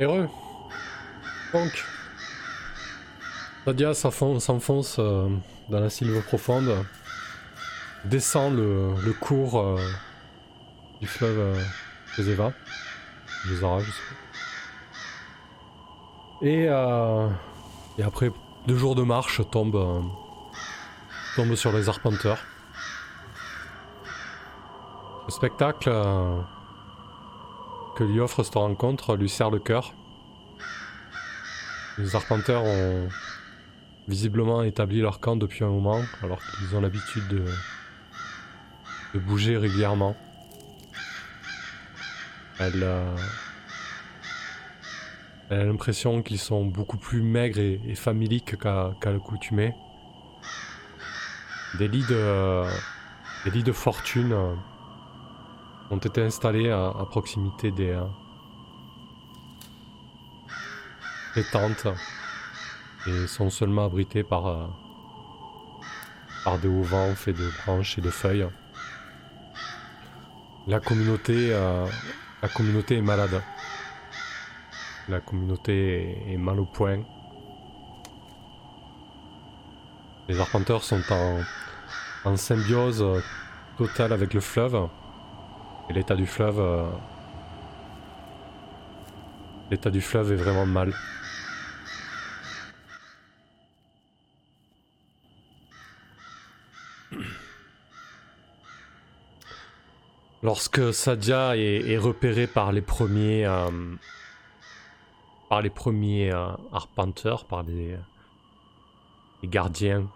Heureux. Donc, Sadia s'enfonce dans la sylve profonde, descend le cours du fleuve Jezeva, Jezara, je sais pas. Et après 2 jours de marche, tombe sur les arpenteurs. Le spectacle que lui offre cette rencontre lui serre le cœur. Les arpenteurs ont visiblement établi leur camp depuis un moment, alors qu'ils ont l'habitude de bouger régulièrement. Elle a l'impression qu'ils sont beaucoup plus maigres et familiques qu'à l'accoutumée. Des lits de fortune ont été installés à proximité des tentes et sont seulement abrités par des auvents faits de branches et de feuilles. La communauté est malade. La communauté est mal au point. Les arpenteurs sont en symbiose totale avec le fleuve. Et l'état du fleuve est vraiment mal. Lorsque Sadia est repérée par les premiers arpenteurs, par les gardiens,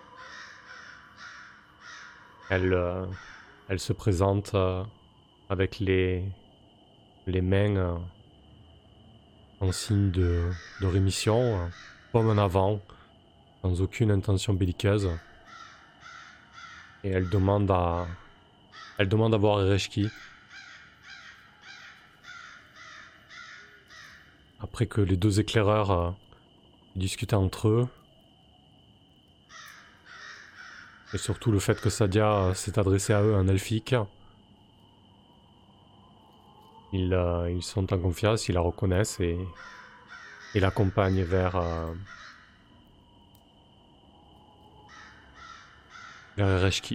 elle se présente avec les mains en signe de rémission, pomme en avant, sans aucune intention belliqueuse. Et elle demande à voir Ereshki. Après que les 2 éclaireurs discutent entre eux. Et surtout le fait que Sadia s'est adressé à eux en elfique. Ils sont en confiance, ils la reconnaissent et l'accompagnent vers Ereshki.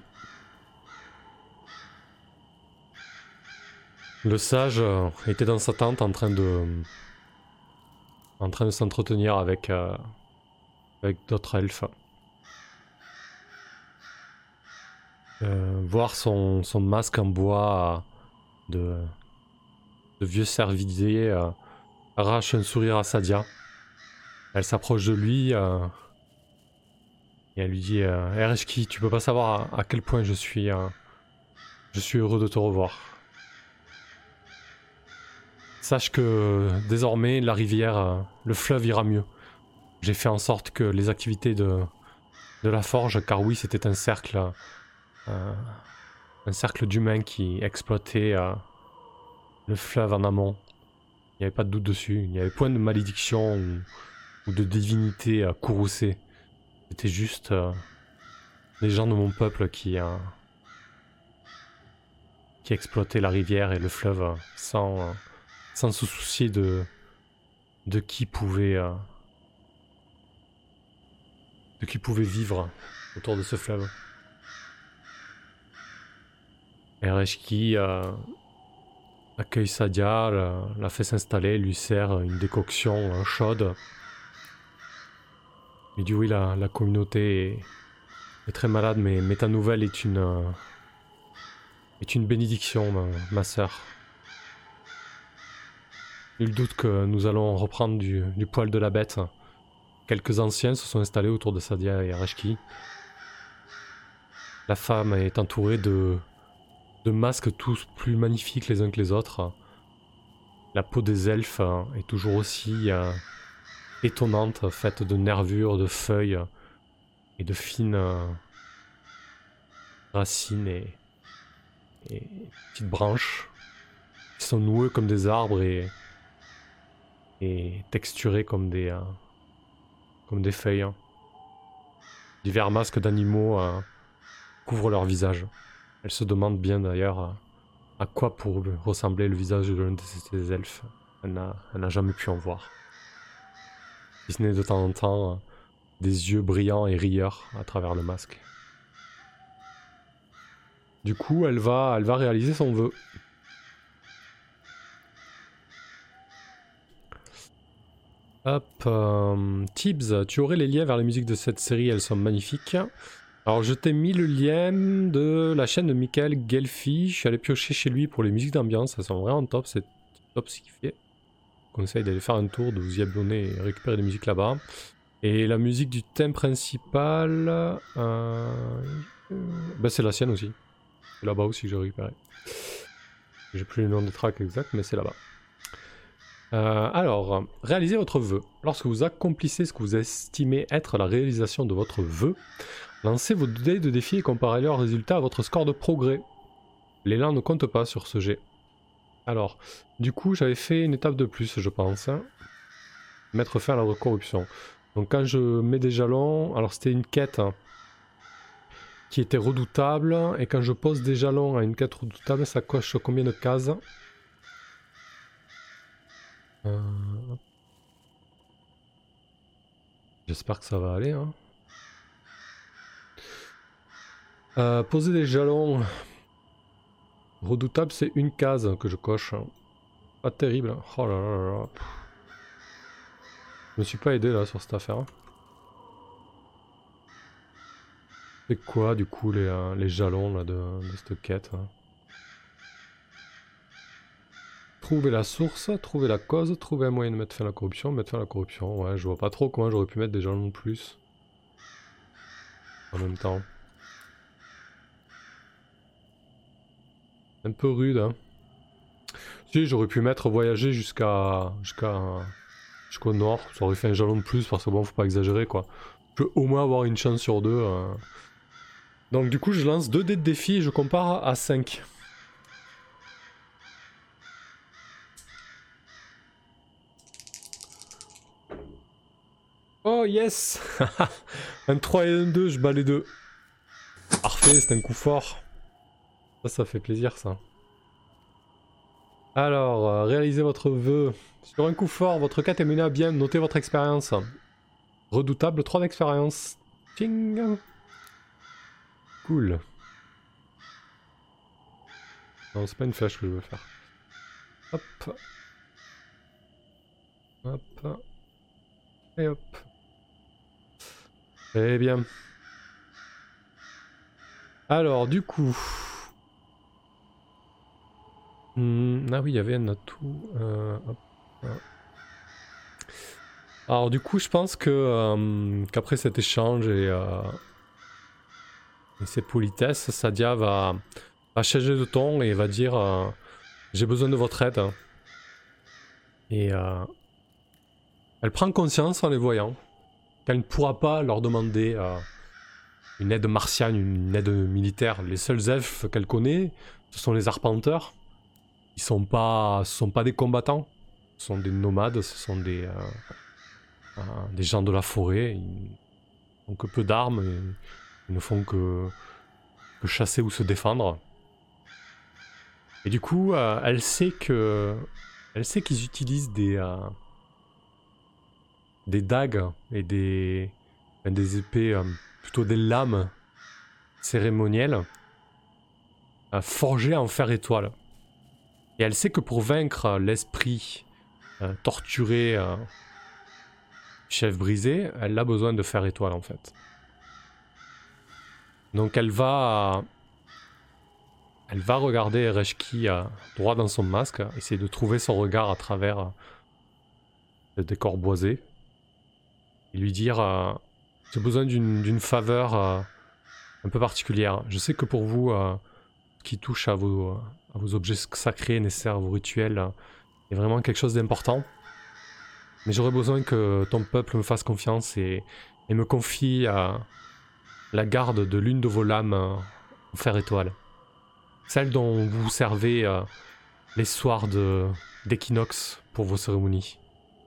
Le sage était dans sa tente en train de s'entretenir avec d'autres elfes. Voir son masque en bois de vieux cervidé arrache un sourire à Sadia. Elle s'approche de lui et elle lui dit Ereshki, tu peux pas savoir à quel point je suis heureux de te revoir. Sache que désormais la rivière, le fleuve ira mieux. J'ai fait en sorte que les activités de la forge, car oui c'était un cercle d'humains qui exploitaient le fleuve en amont. Il n'y avait pas de doute dessus, il n'y avait point de malédiction ou de divinité courroucée. C'était juste les gens de mon peuple qui exploitaient la rivière et le fleuve sans se soucier de qui pouvait vivre autour de ce fleuve. Ereshki accueille Sadia, la fait s'installer, lui sert une décoction chaude. Il dit oui, la communauté est très malade, mais ta nouvelle est une bénédiction, ma sœur. Nul doute que nous allons reprendre du poil de la bête. Quelques anciens se sont installés autour de Sadia et Ereshki. La femme est entourée de masques tous plus magnifiques les uns que les autres. La peau des elfes est toujours aussi étonnante, faite de nervures, de feuilles et de fines racines et petites branches qui sont nouées comme des arbres et texturées comme des feuilles. Divers masques d'animaux couvrent leur visage. Elle se demande bien d'ailleurs à quoi pourrait ressembler le visage de l'un de ces elfes. Elle n'a jamais pu en voir. Si ce n'est de temps en temps des yeux brillants et rieurs à travers le masque. Du coup, elle va réaliser son vœu. Hop, Tibbs, tu aurais les liens vers les musiques de cette série, elles sont magnifiques. Alors je t'ai mis le lien de la chaîne de Michael Gelfi, je suis allé piocher chez lui pour les musiques d'ambiance, elles sont vraiment top, c'est top ce qu'il fait. Je vous conseille d'aller faire un tour, de vous y abonner et récupérer des musiques là-bas. Et la musique du thème principal, ben c'est la sienne aussi. C'est là-bas aussi que j'ai récupéré. J'ai plus le nom des tracks exact, mais c'est là-bas. Alors, réalisez votre vœu. Lorsque vous accomplissez ce que vous estimez être la réalisation de votre vœu, lancez vos dés de défi et comparez leur résultat à votre score de progrès. L'élan ne compte pas sur ce jet. Alors, du coup, j'avais fait une étape de plus, je pense. Mettre fin à la corruption. Donc quand je mets des jalons, alors c'était une quête qui était redoutable, et quand je pose des jalons à une quête redoutable, ça coche combien de cases? J'espère que ça va aller. Hein. Poser des jalons redoutables, c'est une case que je coche. Pas terrible. Oh là là là là. Je me suis pas aidé là sur cette affaire. C'est quoi du coup les jalons là de cette quête hein. Trouver la source, trouver la cause, trouver un moyen de mettre fin à la corruption, mettre fin à la corruption. Ouais, je vois pas trop comment j'aurais pu mettre des jalons de plus. En même temps. Un peu rude hein. Si j'aurais pu mettre voyager jusqu'au nord, ça aurait fait un jalon de plus parce que bon faut pas exagérer quoi. Je peux au moins avoir une chance sur deux. Donc du coup je lance 2 dés de défi et je compare à 5. Oh yes. Un 3 et un 2, je bats les deux. Parfait, c'est un coup fort. Ça fait plaisir ça. Alors, réalisez votre vœu. Sur un coup fort, votre quête est menée à bien, notez votre expérience. Redoutable, 3 d'expérience. Ting. Cool. Non, c'est pas une flèche que je veux faire. Hop. Hop. Et hop. Eh bien. Alors, du coup... ah oui, il y avait un atout. Hop. Alors du coup, je pense que qu'après cet échange et ces politesses, Sadia va changer de ton et va dire j'ai besoin de votre aide. Et elle prend conscience en les voyant qu'elle ne pourra pas leur demander une aide martienne, une aide militaire. Les seuls elfes qu'elle connaît, ce sont les arpenteurs. Ce sont pas des combattants, ce sont des nomades, ce sont des gens de la forêt. Ils n'ont que peu d'armes, et ils ne font que chasser ou se défendre. Et du coup, elle sait qu'ils utilisent des dagues et des épées, plutôt des lames cérémonielles, forgées en fer étoile. Et elle sait que pour vaincre l'esprit torturé, chef brisé, elle a besoin de fer étoile en fait. Donc elle va regarder Ereshki droit dans son masque, essayer de trouver son regard à travers le décor boisé, et lui dire j'ai besoin d'une faveur un peu particulière. Je sais que pour vous, ce qui touche à vos objets sacrés nécessaires à vos rituels est vraiment quelque chose d'important. Mais j'aurais besoin que ton peuple me fasse confiance et me confie la garde de l'une de vos lames en fer étoile. Celle dont vous servez les soirs d'équinoxe pour vos cérémonies.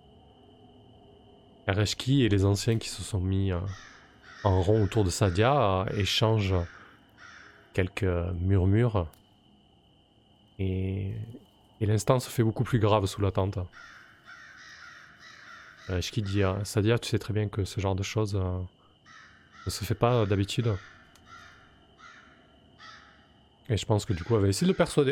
Ereshki et les anciens qui se sont mis en rond autour de Sadia échangent quelques murmures. Et Et l'instant se fait beaucoup plus grave sous la tente. Je qui dit, c'est-à-dire, tu sais très bien que ce genre de choses ne se fait pas d'habitude. Et je pense que du coup, elle va essayer de le persuader.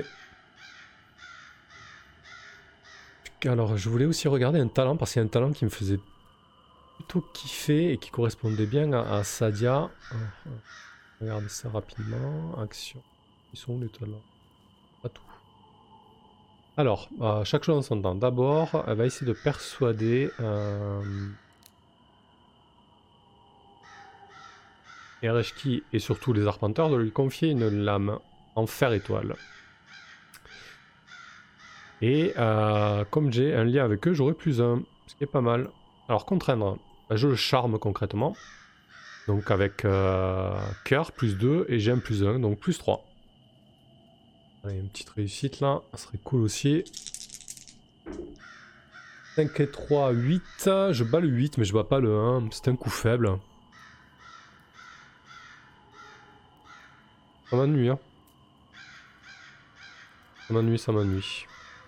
Alors, je voulais aussi regarder un talent, parce qu'il y a un talent qui me faisait plutôt kiffer et qui correspondait bien à Sadia. Regardez ça rapidement. Action. Ils sont où les talents? Pas tout. Alors, chaque chose en son temps. D'abord, elle va essayer de persuader Ereshki et surtout les arpenteurs de lui confier une lame en fer étoile. Et comme j'ai un lien avec eux, j'aurai +1, ce qui est pas mal. Alors contraindre, je le charme concrètement. Donc avec cœur +2 et j'ai un +1, donc +3. Allez, une petite réussite là, ça serait cool aussi. 5 et 3, 8. Je bats le 8, mais je bats pas le 1. C'est un coup faible. Ça m'ennuie, hein. Ça m'ennuie, ça m'ennuie.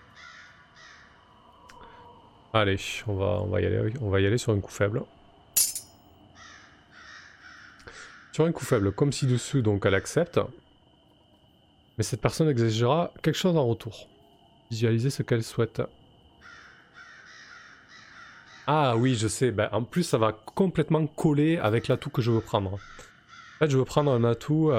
Allez, on va y aller sur un coup faible. Sur un coup faible, comme ci-dessous, donc elle accepte. Mais cette personne exigera quelque chose en retour. Visualiser ce qu'elle souhaite. Ah oui, je sais. Ben, en plus, ça va complètement coller avec l'atout que je veux prendre. En fait, je veux prendre un atout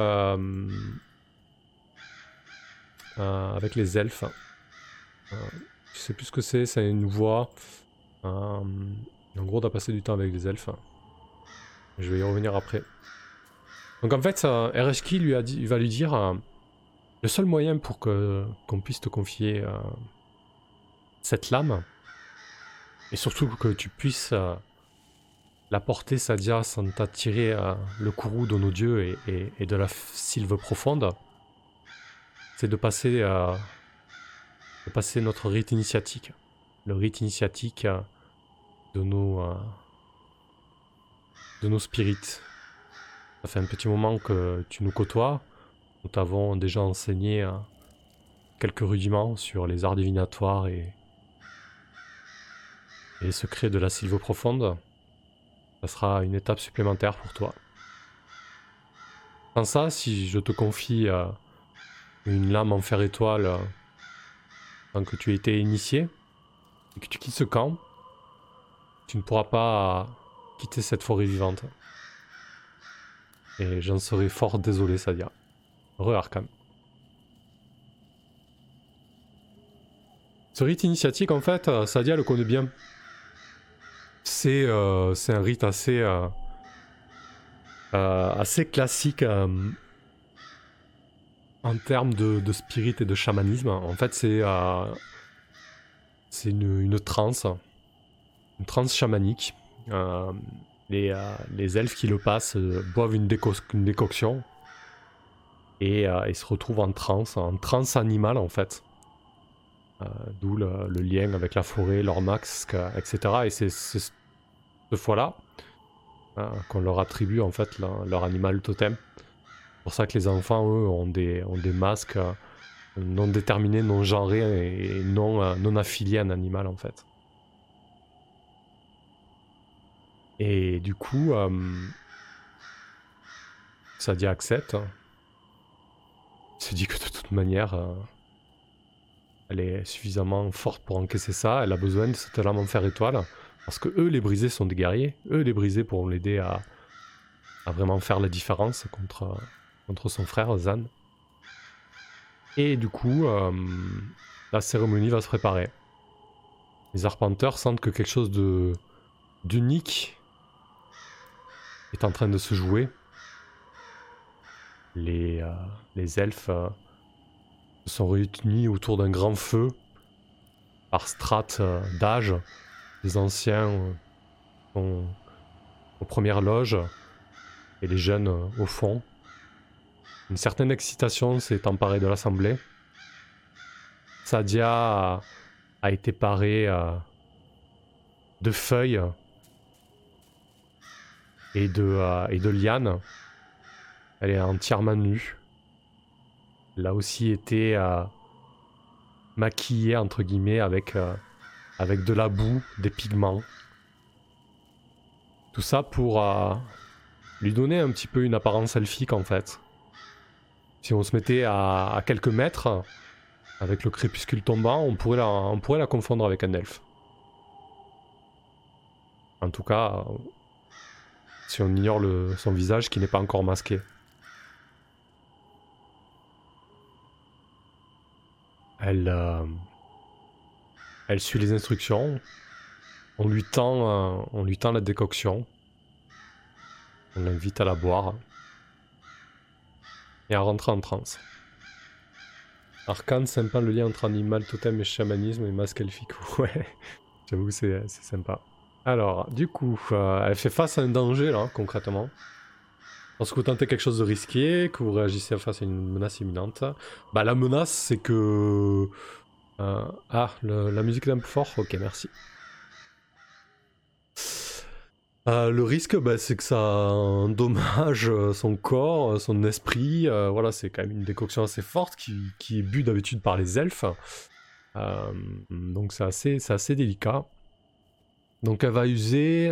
avec les elfes. Je sais plus ce que c'est une voix. En gros, on a passé du temps avec les elfes. Je vais y revenir après. Donc en fait, Ereshki il va lui dire le seul moyen pour qu'on puisse te confier cette lame, et surtout que tu puisses la porter, Sadia, sans t'attirer le courroux de nos dieux et de la sylve profonde, c'est de passer notre rite initiatique. Le rite initiatique de nos spirites. Ça fait un petit moment que tu nous côtoies. Nous t'avons déjà enseigné quelques rudiments sur les arts divinatoires et les secrets de la sylve profonde. Ça sera une étape supplémentaire pour toi. Sans ça, si je te confie une lame en fer étoile tant que tu as été initié et que tu quittes ce camp, tu ne pourras pas quitter cette forêt vivante. Et j'en serais fort désolé, Sadia. Re-Arkham. Ce rite initiatique, en fait, Sadia le connaît bien. C'est un rite assez classique en termes de spirit et de chamanisme. En fait, c'est une transe chamanique. Les elfes qui le passent boivent une décoction et se retrouvent en transe animale en fait. D'où le lien avec la forêt, leur masque, etc. Et c'est cette fois-là qu'on leur attribue en fait leur animal totem. C'est pour ça que les enfants, eux, ont des masques non déterminés, non genrés et non affiliés à un animal en fait. Et du coup, Sadia accepte. Il se dit que de toute manière, elle est suffisamment forte pour encaisser ça. Elle a besoin de cette lame en fer étoile. Parce que eux, les brisés, sont des guerriers. Eux, les brisés pourront l'aider à vraiment faire la différence contre son frère, Zan. Et du coup, la cérémonie va se préparer. Les arpenteurs sentent que quelque chose d'unique est en train de se jouer. Les elfes se sont réunis autour d'un grand feu par strates d'âge. Les anciens sont aux premières loges et les jeunes au fond. Une certaine excitation s'est emparée de l'assemblée. Sadia a été parée de feuilles et de lianes. Elle est entièrement nue. Elle a aussi été maquillée entre guillemets avec de la boue, des pigments. Tout ça pour lui donner un petit peu une apparence elfique en fait. Si on se mettait à quelques mètres, avec le crépuscule tombant, on pourrait la confondre avec un elfe. En tout cas, si on ignore son visage qui n'est pas encore masqué. Elle suit les instructions. On lui tend la décoction. On l'invite à la boire. Et à rentrer en transe. Arcane, sympa le lien entre animal, totem et chamanisme et masque elfique. Ouais, j'avoue c'est sympa. Alors, du coup, elle fait face à un danger là, concrètement. Lorsque vous tentez quelque chose de risqué, que vous réagissez face à une menace imminente, bah la menace c'est que... la musique est un peu fort. Ok, merci. Le risque, bah, c'est que ça endommage son corps, son esprit. Voilà, c'est quand même une décoction assez forte qui est bu d'habitude par les elfes. Donc c'est assez délicat. Donc elle va user...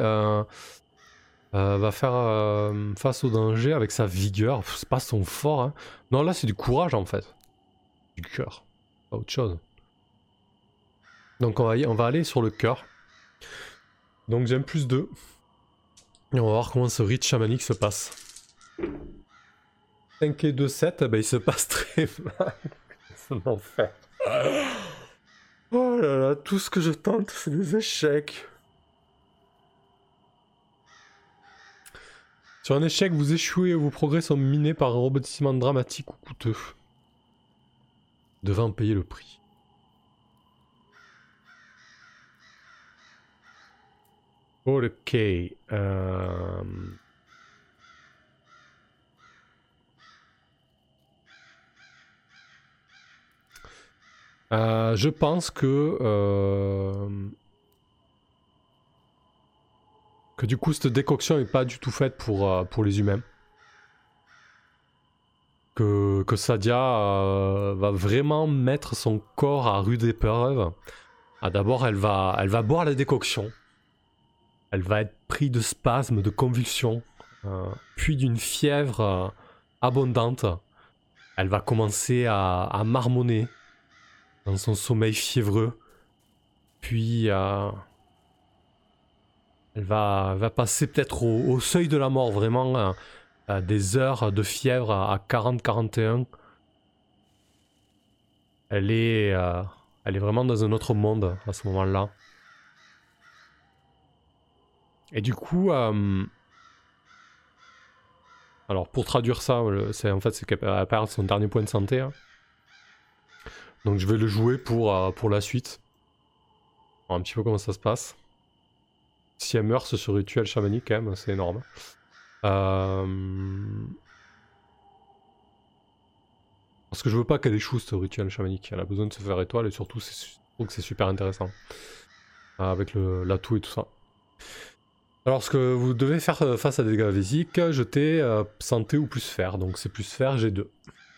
va faire face au danger avec sa vigueur. C'est pas son fort. Hein. Non, là c'est du courage en fait. Du cœur. Pas autre chose. Donc on va aller sur le cœur. Donc j'ai un +2. Et on va voir comment ce rite chamanique se passe. 5 et 2, 7, ben il se passe très mal. C'est un enfer. Oh là là, tout ce que je tente, c'est des échecs. Sur un échec, vous échouez et vos progrès sont minés par un rebondissement dramatique ou coûteux. Devant payer le prix. Ok. Je pense que du coup cette décoction est pas du tout faite pour les humains. Que Sadia va vraiment mettre son corps à rude épreuve. D'abord elle va boire la décoction. Elle va être prise de spasmes, de convulsions, puis d'une fièvre abondante. Elle va commencer à marmonner dans son sommeil fiévreux. Puis elle va passer peut-être au seuil de la mort, vraiment des heures de fièvre à 40-41. Elle est vraiment dans un autre monde à ce moment-là. Et du coup, alors pour traduire ça, c'est qu'elle perd son dernier point de santé. Hein. Donc je vais le jouer pour la suite. Un petit peu comment ça se passe. Si elle meurt, ce rituel chamanique, quand même, c'est énorme. Parce que je veux pas qu'elle échoue, ce rituel chamanique. Elle a besoin de se faire étoile et surtout, je trouve que c'est super intéressant. Avec l'atout et tout ça. Alors, ce que vous devez faire face à des dégâts physiques, jeter santé ou plus fer. Donc c'est plus fer, j'ai 2.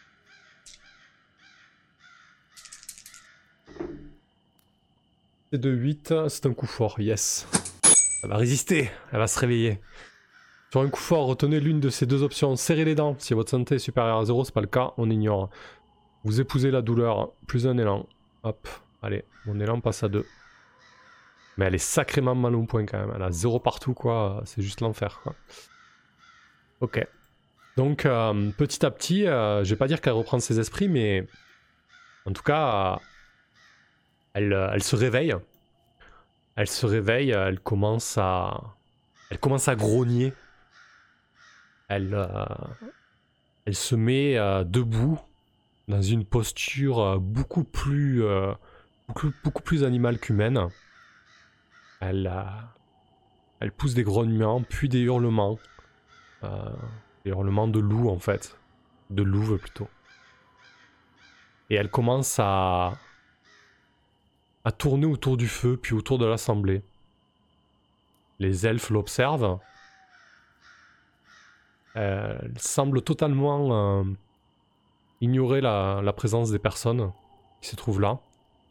C'est de 8, c'est un coup fort, yes. Elle va résister, elle va se réveiller. Sur un coup fort, retenez l'une de ces deux options. Serrez les dents. Si votre santé est supérieure à 0, c'est pas le cas, on ignore. Vous épousez la douleur, plus un élan. Hop, allez, mon élan passe à 2. Mais elle est sacrément mal au point quand même. Elle a 0 partout, quoi. C'est juste l'enfer, quoi. Ok. Donc, petit à petit, je vais pas dire qu'elle reprend ses esprits, mais... En tout cas, elle se réveille. Elle se réveille, elle commence à grogner. Elle se met debout dans une posture beaucoup plus animale qu'humaine. Elle pousse des grognements, puis des hurlements. Des hurlements de loup en fait. De louve plutôt. Et elle commence à tourner autour du feu, puis autour de l'assemblée. Les elfes l'observent. Elle semble totalement ignorer la présence des personnes qui se trouvent là.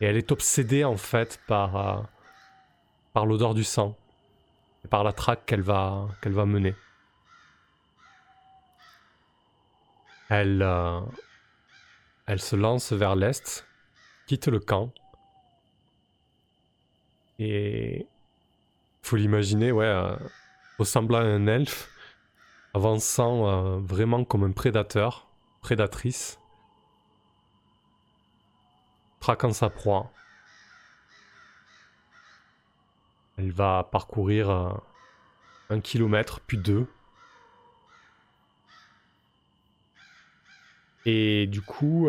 Et elle est obsédée en fait par l'odeur du sang. Et par la traque qu'elle va mener. Elle se lance vers l'est, quitte le camp. Et faut l'imaginer, ouais, ressemblant à un elfe, avançant vraiment comme un prédateur, prédatrice, traquant sa proie. Elle va parcourir 1 kilomètre, puis 2. Et du coup,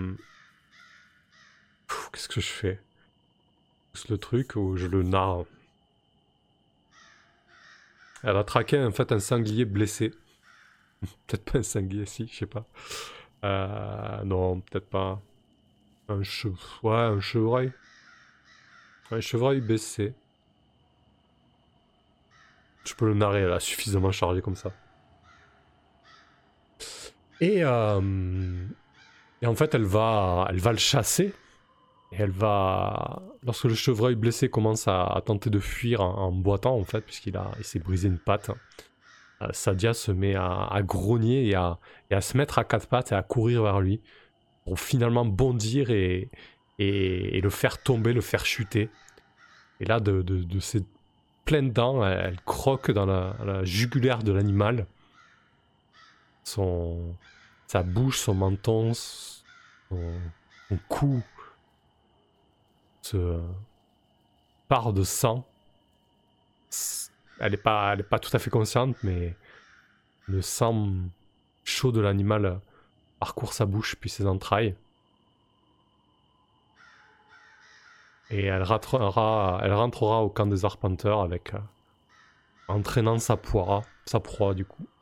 qu'est-ce que je fais? C'est le truc où je le narre. Elle a traqué en fait un sanglier blessé. Peut-être pas un sanglier, si, je sais pas. Non, peut-être pas. Ouais, un chevreuil. Un chevreuil blessé. Je peux le narrer là, suffisamment chargé comme ça. Et en fait, elle va le chasser. Et elle va... Lorsque le chevreuil blessé commence à tenter de fuir en boitant, en fait, puisqu'il s'est brisé une patte, Sadia se met à grogner et à se mettre à 4 pattes et à courir vers lui pour finalement bondir et le faire tomber, le faire chuter. Et là, de ses pleines dents, elle croque dans la jugulaire de l'animal. Sa bouche, son menton, son cou se part de sang. Elle est pas tout à fait consciente, mais le sang chaud de l'animal parcourt sa bouche puis ses entrailles. Et elle rentrera au camp des arpenteurs avec entraînant sa proie du coup.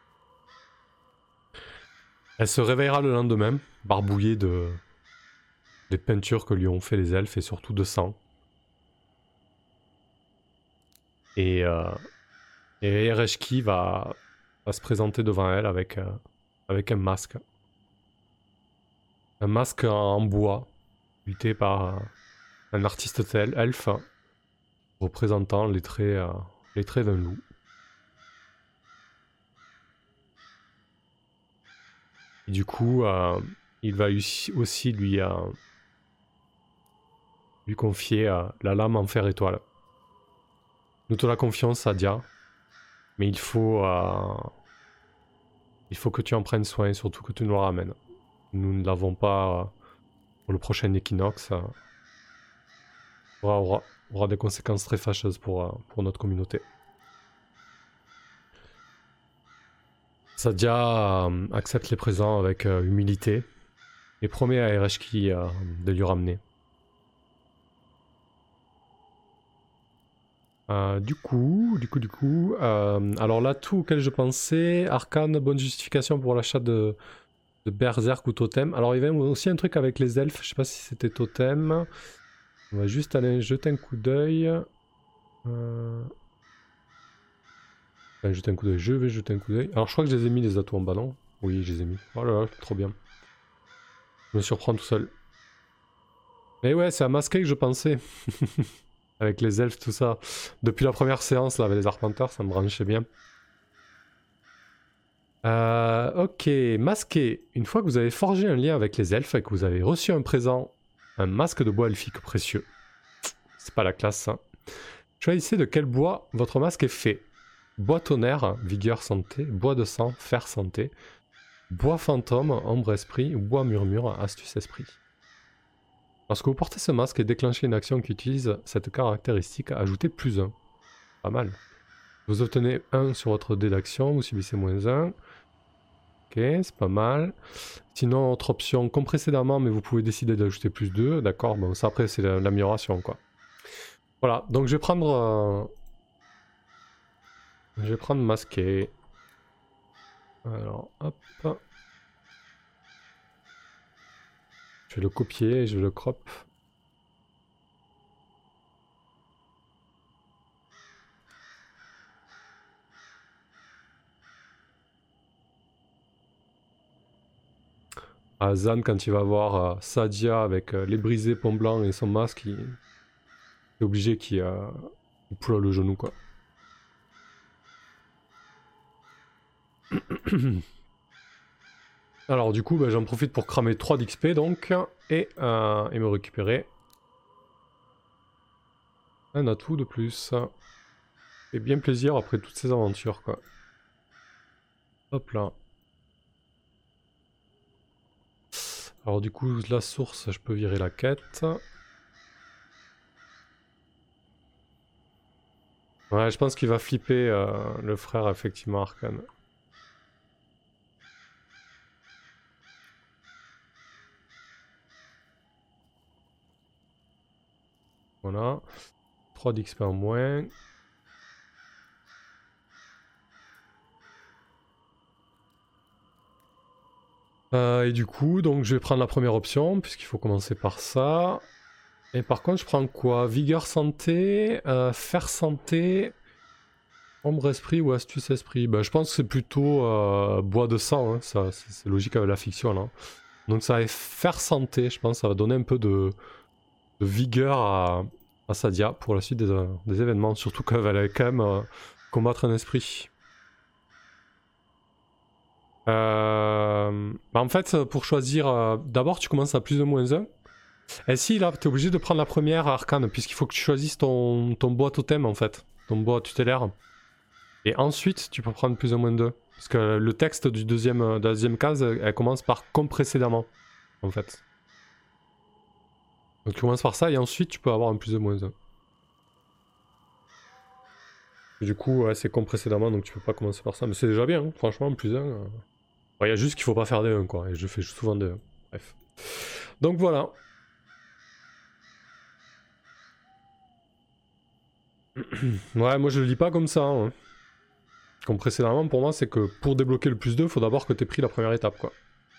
Elle se réveillera le lendemain, barbouillée des peintures que lui ont fait les elfes et surtout de sang. Et Ereshki va se présenter devant elle avec un masque. Un masque en bois, sculpté par un artiste elfe, représentant les traits d'un loup. Et du coup, il va aussi lui confier la lame en fer étoile. Nous te la confions, Sadia, mais il faut que tu en prennes soin et surtout que tu nous la ramènes. Nous ne l'avons pas pour le prochain équinoxe. Aura des conséquences très fâcheuses pour notre communauté. Sadia accepte les présents avec humilité et promet à Ereshki de lui ramener. Du coup, alors l'atout auquel je pensais, arcane, bonne justification pour l'achat de berserk ou totem. Alors il y avait aussi un truc avec les elfes, je sais pas si c'était totem. On va juste aller jeter un coup d'œil. Je vais jeter un coup d'œil. Alors je crois que je les ai mis les atouts en bas, non? Oui, je les ai mis. Oh là là, trop bien. Je me surprends tout seul. Mais ouais, c'est à masquer que je pensais. Avec les elfes, tout ça. Depuis la première séance, là, avec les arpenteurs, ça me branchait bien. Ok, masqué. Une fois que vous avez forgé un lien avec les elfes et que vous avez reçu un présent, un masque de bois elfique précieux. C'est pas la classe, ça. Choisissez de quel bois votre masque est fait. Bois tonnerre, vigueur santé, bois de sang, fer santé, bois fantôme, ombre esprit, ou bois murmure, astuce esprit. Lorsque vous portez ce masque et déclenchez une action qui utilise cette caractéristique, ajoutez +1. Pas mal. Vous obtenez 1 sur votre dé d'action, vous subissez -1. Ok, c'est pas mal. Sinon, autre option, comme précédemment, mais vous pouvez décider d'ajouter +2. D'accord, bon, ça après c'est l'amélioration quoi. Voilà, donc je vais prendre masqué. Alors, hop. Je vais le copier et je le crop. à Zan quand il va voir Sadia avec les brisés, pont blanc et son masque, il est obligé qu'il poule le genou quoi. Alors du coup, bah, j'en profite pour cramer 3 d'XP donc, et me récupérer un atout de plus. Et bien plaisir après toutes ces aventures quoi. Hop là. Alors du coup, la source, je peux virer la quête. Ouais, je pense qu'il va flipper le frère effectivement Arcane. Voilà. 3 d'XP en moins. Et du coup, donc je vais prendre la première option, puisqu'il faut commencer par ça. Et par contre, je prends quoi? Vigueur santé, fer santé, ombre esprit ou astuce esprit? Bah, je pense que c'est plutôt bois de sang, hein. Ça, c'est logique avec la fiction là. Donc ça va faire santé, je pense, ça va donner un peu de vigueur à Sadia pour la suite des événements, surtout qu'elle va quand même combattre un esprit. Bah en fait, pour choisir, d'abord tu commences à plus ou moins 1. Et si là, tu es obligé de prendre la première arcane, puisqu'il faut que tu choisisses ton bois totem en fait, ton bois tutélaire. Et ensuite, tu peux prendre plus ou moins 2. Parce que le texte de la deuxième case, elle commence par comme précédemment, en fait. Donc tu commences par ça et ensuite tu peux avoir un plus ou moins 1. Et du coup, ouais, c'est comme précédemment, donc tu peux pas commencer par ça. Mais c'est déjà bien, hein. Franchement, plus 1. Il y a juste qu'il faut pas faire des 1, quoi. Et je fais souvent des 1. Bref. Donc voilà. Ouais, moi je le lis pas comme ça. Hein. Comme précédemment, pour moi, c'est que pour débloquer le plus 2, faut d'abord que tu aies pris la première étape, quoi.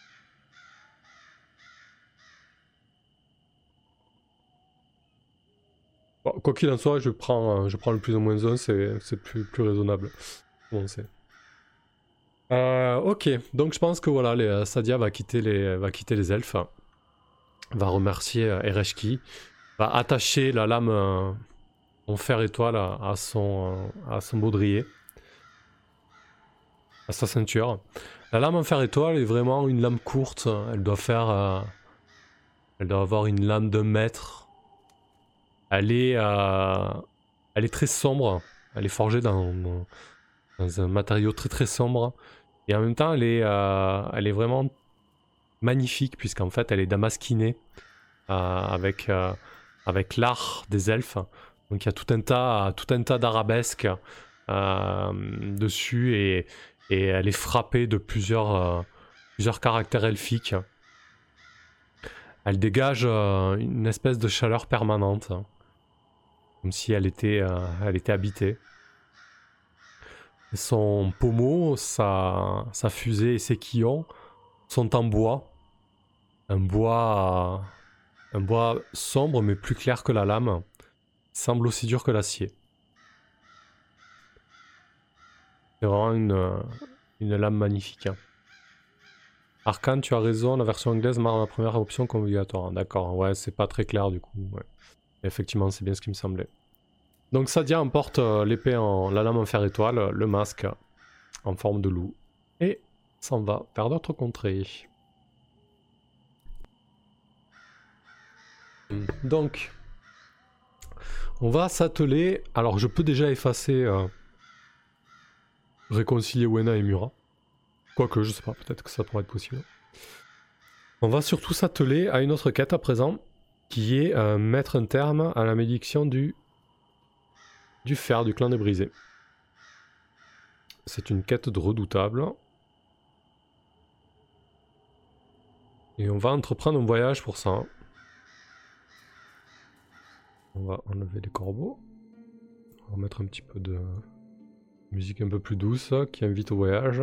Bon, quoi qu'il en soit, je prends le plus ou moins 1, c'est plus raisonnable. Bon, c'est. Ok, donc je pense que voilà, Sadia va quitter les elfes, va remercier Ereshki, va attacher la lame en fer étoile à son baudrier, à sa ceinture. La lame en fer étoile est vraiment une lame courte, elle doit avoir une lame de mètre. Elle est très sombre, elle est forgée dans un matériau très très sombre, et en même temps elle est vraiment magnifique, puisqu'en fait elle est damasquinée avec l'art des elfes. Donc il y a tout un tas d'arabesques dessus, et elle est frappée de plusieurs caractères elfiques. Elle dégage une espèce de chaleur permanente, comme si elle était habitée. Son pommeau, sa fusée et ses quillons sont en bois. Un bois sombre mais plus clair que la lame. Semble aussi dur que l'acier. C'est vraiment une lame magnifique. Arcane, tu as raison, la version anglaise marque la première option comme obligatoire. D'accord, ouais, c'est pas très clair du coup. Ouais. Effectivement, c'est bien ce qui me semblait. Donc Sadia emporte la lame en fer étoile, le masque en forme de loup, et s'en va vers d'autres contrées. Donc, on va s'atteler. Alors, je peux déjà effacer, réconcilier Wena et Mura. Quoique, je sais pas, peut-être que ça pourrait être possible. On va surtout s'atteler à une autre quête à présent, qui est mettre un terme à la malédiction du fer du clan des brisés. C'est une quête de redoutable. Et on va entreprendre un voyage pour ça. On va enlever les corbeaux. On va remettre un petit peu de musique un peu plus douce qui invite au voyage.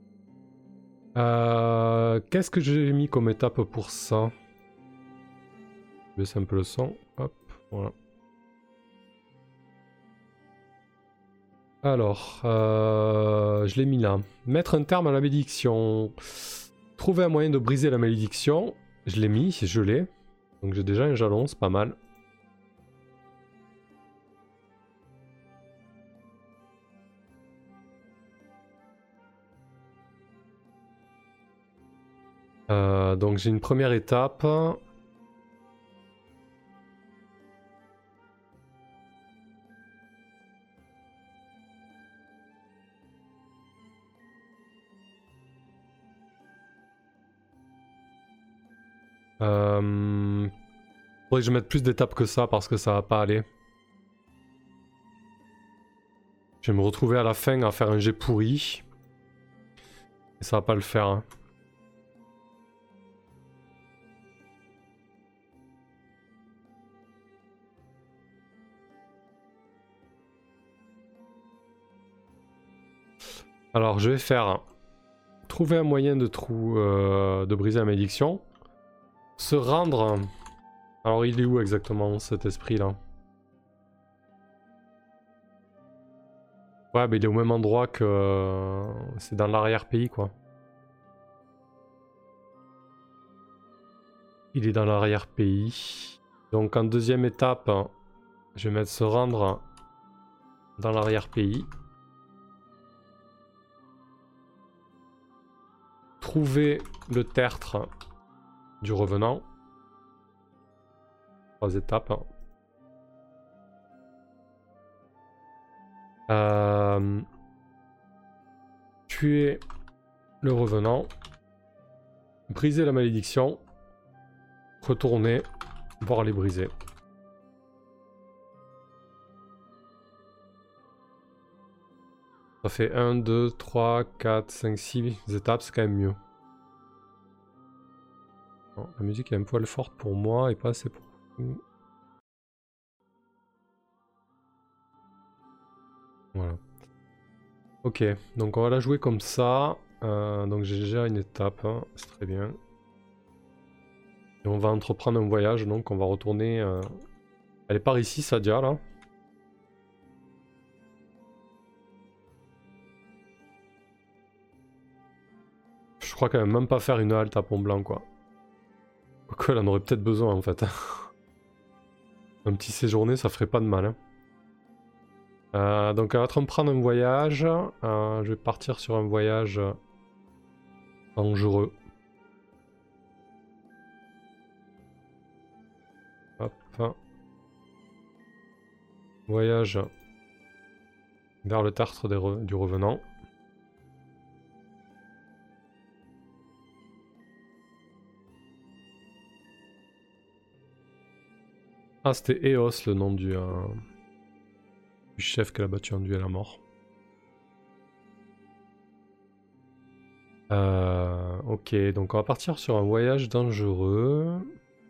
Qu'est-ce que j'ai mis comme étape pour ça? Je baisse un peu le son. Hop, voilà. Alors, je l'ai mis là. Mettre un terme à la malédiction. Trouver un moyen de briser la malédiction. Je l'ai mis, je l'ai. Donc j'ai déjà un jalon, c'est pas mal. Donc j'ai une première étape. Faudrait que je mette plus d'étapes que ça parce que ça va pas aller. Je vais me retrouver à la fin à faire un jet pourri. Et ça va pas le faire. Hein. Alors je vais faire trouver un moyen de briser la malédiction. Se rendre. Alors il est où exactement cet esprit là? Ouais, mais il est au même endroit que. C'est dans l'arrière-pays quoi. Il est dans l'arrière-pays. Donc en deuxième étape, je vais mettre se rendre dans l'arrière-pays. Trouver le tertre du revenant. 3 étapes. Tuer le revenant. Briser la malédiction. Retourner. Voir les briser. Ça fait 1, 2, 3, 4, 5, 6 étapes, c'est quand même mieux. Non, la musique est un poil forte pour moi et pas assez pour vous. Voilà. Ok, donc on va la jouer comme ça. Donc j'ai déjà une étape, hein, c'est très bien. Et on va entreprendre un voyage, donc on va retourner... Elle est par ici, Sadia, là. Je crois quand même pas faire une halte à Pont-Blanc, quoi. Quoique, elle en aurait peut-être besoin, en fait. Un petit séjourné, ça ferait pas de mal. Hein. Donc elle va entreprendre un voyage. Je vais partir sur un voyage dangereux. Hop. Voyage vers le tertre du revenant. Ah, c'était Eos le nom du chef qu'elle a battu en duel à mort. Ok, donc on va partir sur un voyage dangereux.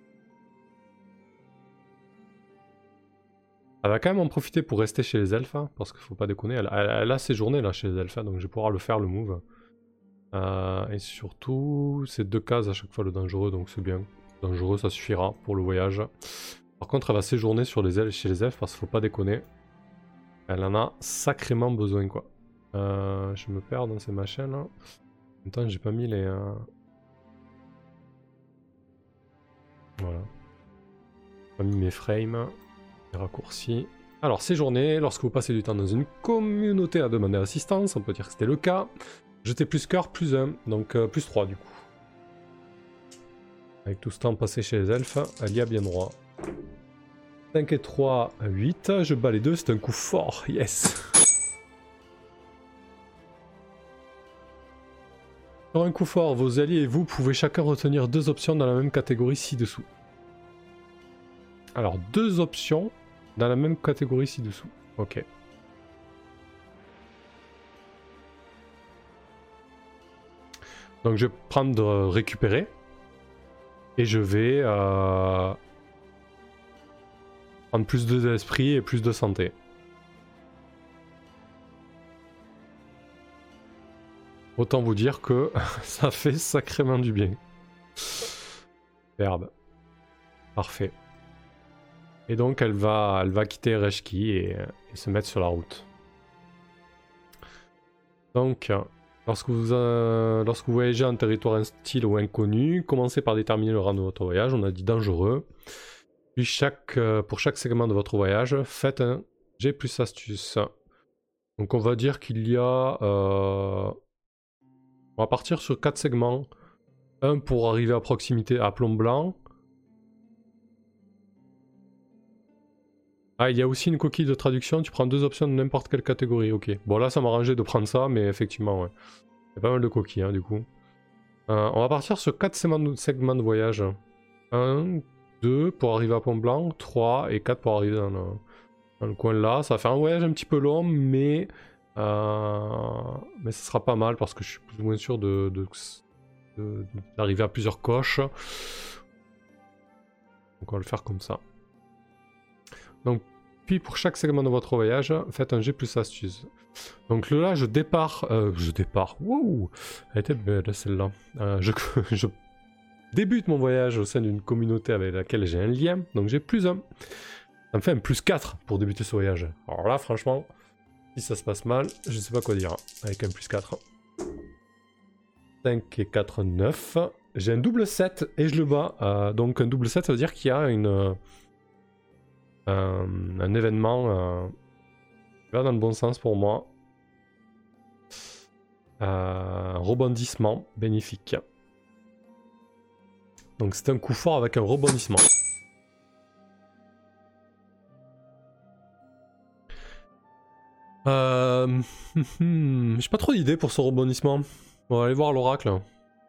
Elle va quand même en profiter pour rester chez les elfes, hein, parce qu'il faut pas déconner, elle a ses journées là chez les elfes, hein, donc je vais pouvoir le faire le move. Et surtout, c'est 2 cases à chaque fois le dangereux, donc c'est bien. Dangereux, ça suffira pour le voyage. Par contre, elle va séjourner sur les elfes, chez les elfes, parce qu'il faut pas déconner. Elle en a sacrément besoin, quoi. Je me perds dans ces machins là. En même temps, j'ai pas mis les... Voilà. J'ai pas mis mes frames. Les raccourcis. Alors, séjourner, lorsque vous passez du temps dans une communauté à demander assistance, on peut dire que c'était le cas. Jetez plus cœur, plus 1, donc plus 3 du coup. Avec tout ce temps passé chez les elfes, elle y a bien droit. 5 et 3, 8. Je bats les deux, c'est un coup fort, yes. Sur un coup fort, vos alliés et vous pouvez chacun retenir 2 options dans la même catégorie ci-dessous. Alors, 2 options dans la même catégorie ci-dessous. Ok. Donc je vais prendre récupérer. Et je vais prendre plus d'esprit et plus de santé. Autant vous dire que ça fait sacrément du bien. Superbe. Parfait. Et donc elle va quitter Reshki et se mettre sur la route. Donc Lorsque vous voyagez en territoire hostile ou inconnu, commencez par déterminer le rang de votre voyage. On a dit dangereux. Puis pour chaque segment de votre voyage, faites un G plus astuce. Donc on va dire qu'il y a... on va partir sur 4 segments. Un pour arriver à proximité à plomb blanc. Ah, il y a aussi une coquille de traduction, tu prends 2 options de n'importe quelle catégorie, ok. Bon là ça m'arrangeait de prendre ça, mais effectivement, ouais. Il y a pas mal de coquilles, hein, du coup. On va partir sur 4 segments de voyage. 1, 2 pour arriver à Pont Blanc, 3 et 4 pour arriver dans le coin là. Ça va faire un voyage un petit peu long, mais ça sera pas mal parce que je suis plus ou moins sûr d'arriver à plusieurs coches. Donc on va le faire comme ça. Donc, puis pour chaque segment de votre voyage, faites un G plus astuce. Donc là, je départ. Wouh! Elle était belle celle-là. Je débute mon voyage au sein d'une communauté avec laquelle j'ai un lien. Donc j'ai plus 1. Ça me fait un plus 4 pour débuter ce voyage. Alors là, franchement, si ça se passe mal, je sais pas quoi dire. Avec un plus 4. 5 et 4, 9. J'ai un double 7 et je le bats. Donc un double 7, ça veut dire qu'il y a un événement qui va dans le bon sens pour moi. Rebondissement bénéfique. Donc c'est un coup fort avec un rebondissement. J'ai pas trop d'idées pour ce rebondissement. On va aller voir l'oracle.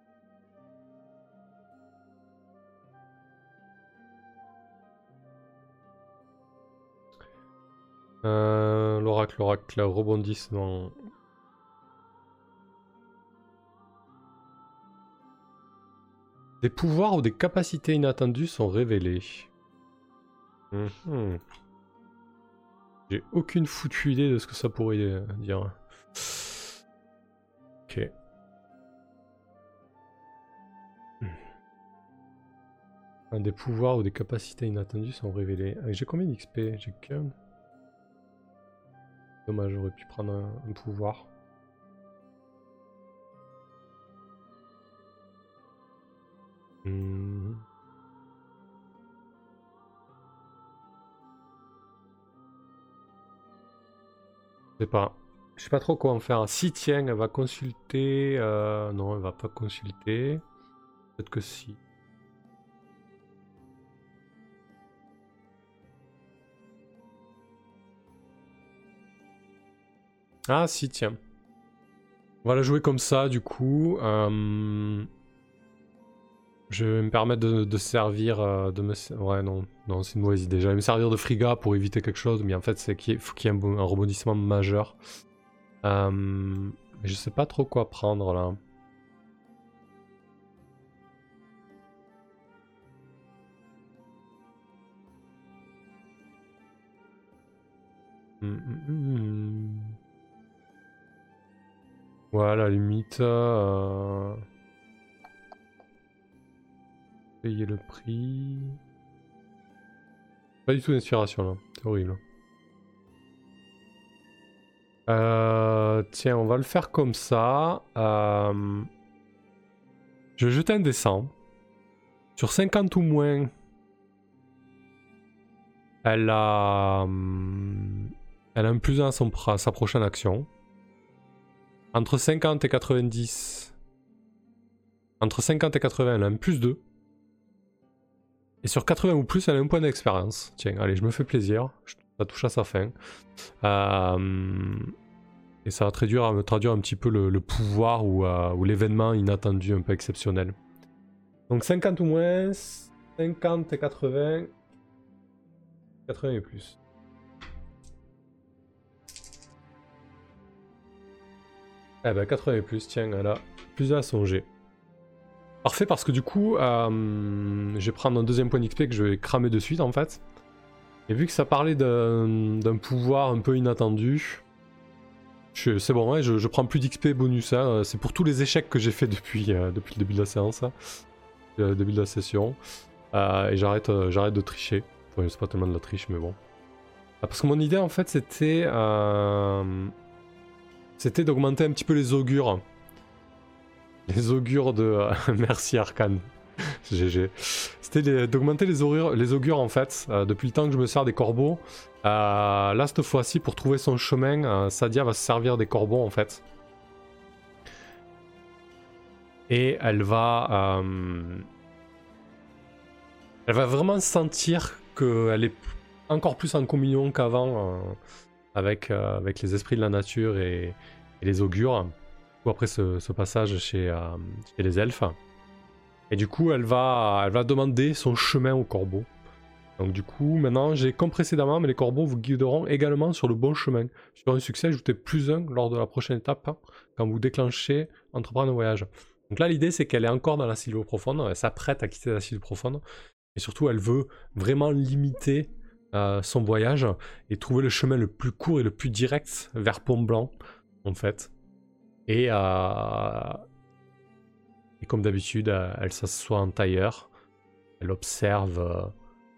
L'oracle, rebondissement. Des pouvoirs ou des capacités inattendues sont révélés. J'ai aucune foutue idée de ce que ça pourrait dire. Ok. Des pouvoirs ou des capacités inattendues sont révélés. J'ai combien d'XP? J'ai qu'un. Dommage, j'aurais pu prendre un pouvoir. Je sais pas trop quoi en faire. Si, tiens, elle va consulter. Non, elle va pas consulter. Peut-être que si. Ah, si, tiens. On va la jouer comme ça, du coup. Je vais me permettre de servir. Ouais, non, c'est une mauvaise idée. J'allais me servir de friga pour éviter quelque chose, mais en fait, faut qu'il y ait un rebondissement majeur. Je sais pas trop quoi prendre là. Ouais, à la limite. Payer le prix. Pas du tout d'inspiration là, c'est horrible. Tiens, on va le faire comme ça. Je vais jeter un dessin. Sur 50 ou moins, elle a un plus 1 à sa prochaine action. Entre 50 et 90. Entre 50 et 80, elle a un plus 2. Et sur 80 ou plus, elle a un point d'expérience. Tiens, allez, je me fais plaisir. Ça touche à sa fin. Et ça va traduire un petit peu le pouvoir ou l'événement inattendu un peu exceptionnel. Donc 50 ou moins, 50 et 80. 80 et plus. Eh ben 80 et plus, tiens, elle a plus à songer. Parfait, parce que du coup, je vais prendre un deuxième point d'XP que je vais cramer de suite en fait. Et vu que ça parlait d'un pouvoir un peu inattendu, c'est bon, ouais, je prends plus d'XP bonus. Hein, c'est pour tous les échecs que j'ai fait depuis le début de la séance, le début de la session. Et j'arrête de tricher. Enfin, c'est pas tellement de la triche, mais bon. Parce que mon idée en fait c'était d'augmenter un petit peu les augures. Les augures de... Merci Arcane. GG. C'était d'augmenter les augures en fait. Depuis le temps que je me sers des corbeaux. Là cette fois-ci pour trouver son chemin, Sadia va se servir des corbeaux en fait. Et elle va vraiment sentir qu'elle est encore plus en communion qu'avant avec les esprits de la nature et les augures. Après ce passage chez les elfes. Et du coup, elle va demander son chemin au corbeau. Donc du coup, maintenant, j'ai comme précédemment, mais les corbeaux vous guideront également sur le bon chemin. Sur un succès, ajoutez +1 lors de la prochaine étape, quand vous déclenchez entreprendre un voyage. Donc là, l'idée, c'est qu'elle est encore dans la sylve profonde, elle s'apprête à quitter la sylve profonde. Et surtout, elle veut vraiment limiter son voyage et trouver le chemin le plus court et le plus direct vers Pont-Blanc, en fait. Et comme d'habitude, elle s'assoit en tailleur. Elle observe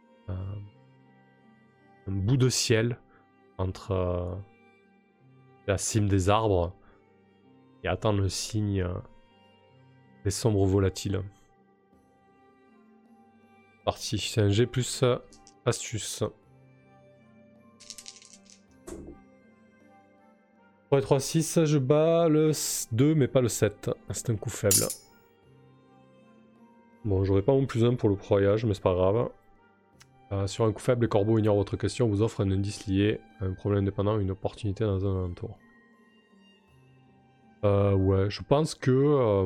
un bout de ciel entre la cime des arbres et attend le signe des sombres volatiles. Parti, c'est un G plus astuce. 3 et 3, 6, je bats le 2 mais pas le 7. C'est un coup faible. Bon, j'aurais pas mon +1 pour le broyage, mais c'est pas grave. Sur un coup faible, les corbeaux ignorent votre question, vous offrent un indice lié à un problème indépendant, une opportunité dans un alentour. Ouais, je pense que...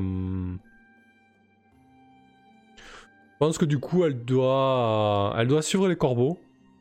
Je pense que du coup, elle doit suivre les corbeaux.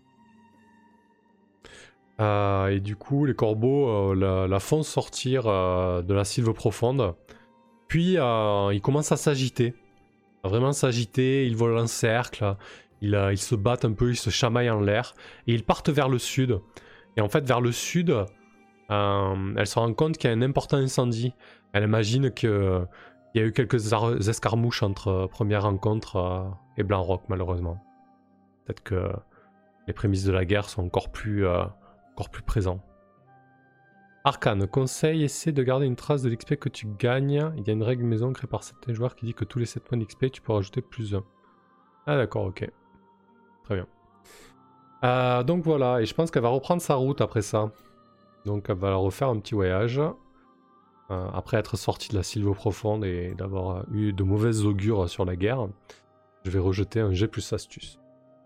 Et du coup, les corbeaux la font sortir de la sylve profonde. Puis, ils commencent à s'agiter. Vraiment s'agiter, ils volent en cercle. Ils se battent un peu, ils se chamaillent en l'air. Et ils partent vers le sud. Et en fait, vers le sud, elle se rend compte qu'il y a un important incendie. Elle imagine qu'il y a eu quelques escarmouches entre première rencontre et Blanc-Roc, malheureusement. Peut-être que les prémices de la guerre sont encore plus présents. Arcane, conseil, essaie de garder une trace de l'XP que tu gagnes. Il y a une règle maison créée par certains joueurs qui dit que tous les 7 points d'XP, tu peux rajouter +1. Ah d'accord, ok. Très bien. Donc voilà, et je pense qu'elle va reprendre sa route après ça. Donc elle va refaire un petit voyage. Après être sortie de la sylve profonde et d'avoir eu de mauvaises augures sur la guerre, je vais rejeter un G plus astuce.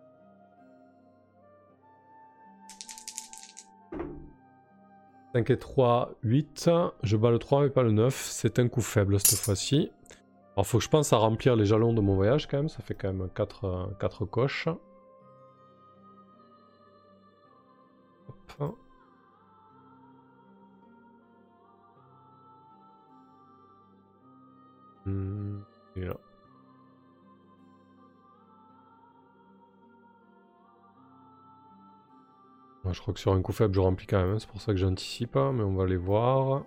« 5 et 3, 8. Je bats le 3 mais pas le 9. C'est un coup faible cette fois-ci. Alors faut que je pense à remplir les jalons de mon voyage quand même. Ça fait quand même 4 coches. Hop. Et là. Je crois que sur un coup faible je remplis quand même, c'est pour ça que j'anticipe, mais on va les voir.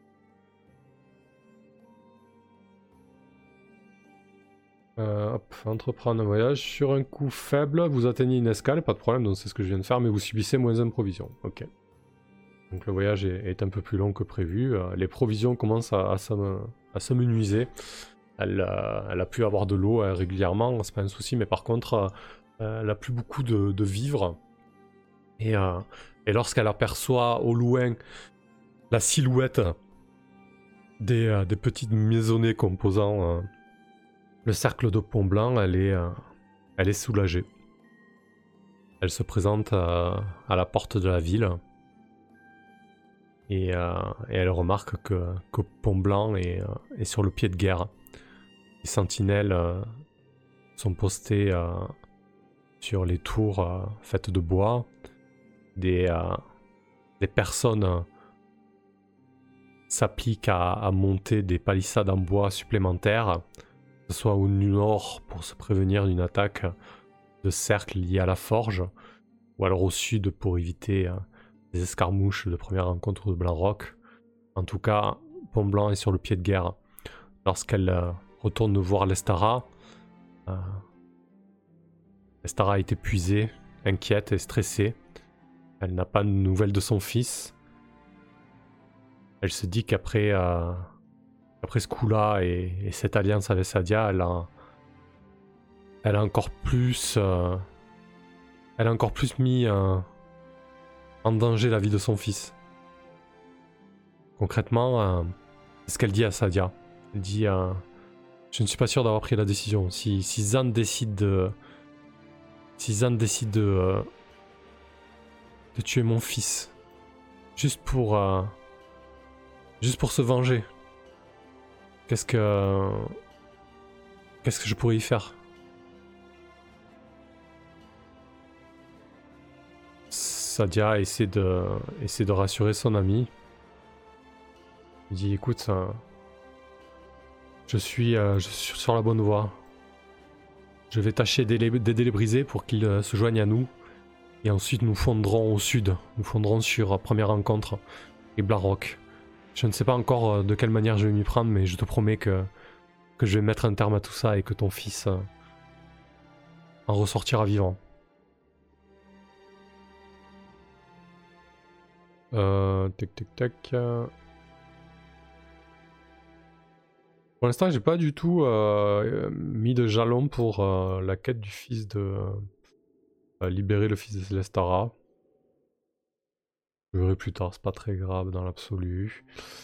Hop, entreprendre un voyage. Sur un coup faible, vous atteignez une escale, pas de problème, donc c'est ce que je viens de faire, mais vous subissez -1 provision. Ok. Donc le voyage est un peu plus long que prévu. Les provisions commencent à s'amenuiser. Elle a pu avoir de l'eau régulièrement, c'est pas un souci, mais par contre, elle a plus beaucoup de vivres. Et lorsqu'elle aperçoit au loin la silhouette des petites maisonnées composant le cercle de Pont-Blanc, elle est soulagée. Elle se présente à la porte de la ville et elle remarque que Pont-Blanc est sur le pied de guerre. Les sentinelles sont postées sur les tours faites de bois. Des personnes s'appliquent à monter des palissades en bois supplémentaires, que ce soit au nord pour se prévenir d'une attaque de cercle liée à la forge, ou alors au sud pour éviter des escarmouches de première rencontre de Blanc-Roc. En tout cas, Pont-Blanc est sur le pied de guerre. Lorsqu'elle retourne voir Lestara, Lestara est épuisée, inquiète et stressée. Elle n'a pas de nouvelles de son fils. Elle se dit qu'après Après ce coup-là et cette alliance avec Sadia, elle a encore plus... elle a encore plus mis en danger la vie de son fils. Concrètement, c'est ce qu'elle dit à Sadia. Elle dit je ne suis pas sûr d'avoir pris la décision. Si Zan décide de... Si Zan décide de tuer mon fils, juste pour se venger, qu'est-ce que je pourrais y faire? Sadia essaie de rassurer son ami. Il dit écoute, je suis sur la bonne voie. Je vais tâcher d'aider les brisés pour qu'ils se joignent à nous. Et ensuite nous fondrons au sud. Nous fondrons sur première rencontre et Blarrock. Je ne sais pas encore de quelle manière je vais m'y prendre, mais je te promets que je vais mettre un terme à tout ça et que ton fils en ressortira vivant. Tac tac tac. Pour l'instant, j'ai pas du tout mis de jalon pour la quête du fils de... libérer le fils de Lestara. Je verrai plus tard, c'est pas très grave dans l'absolu.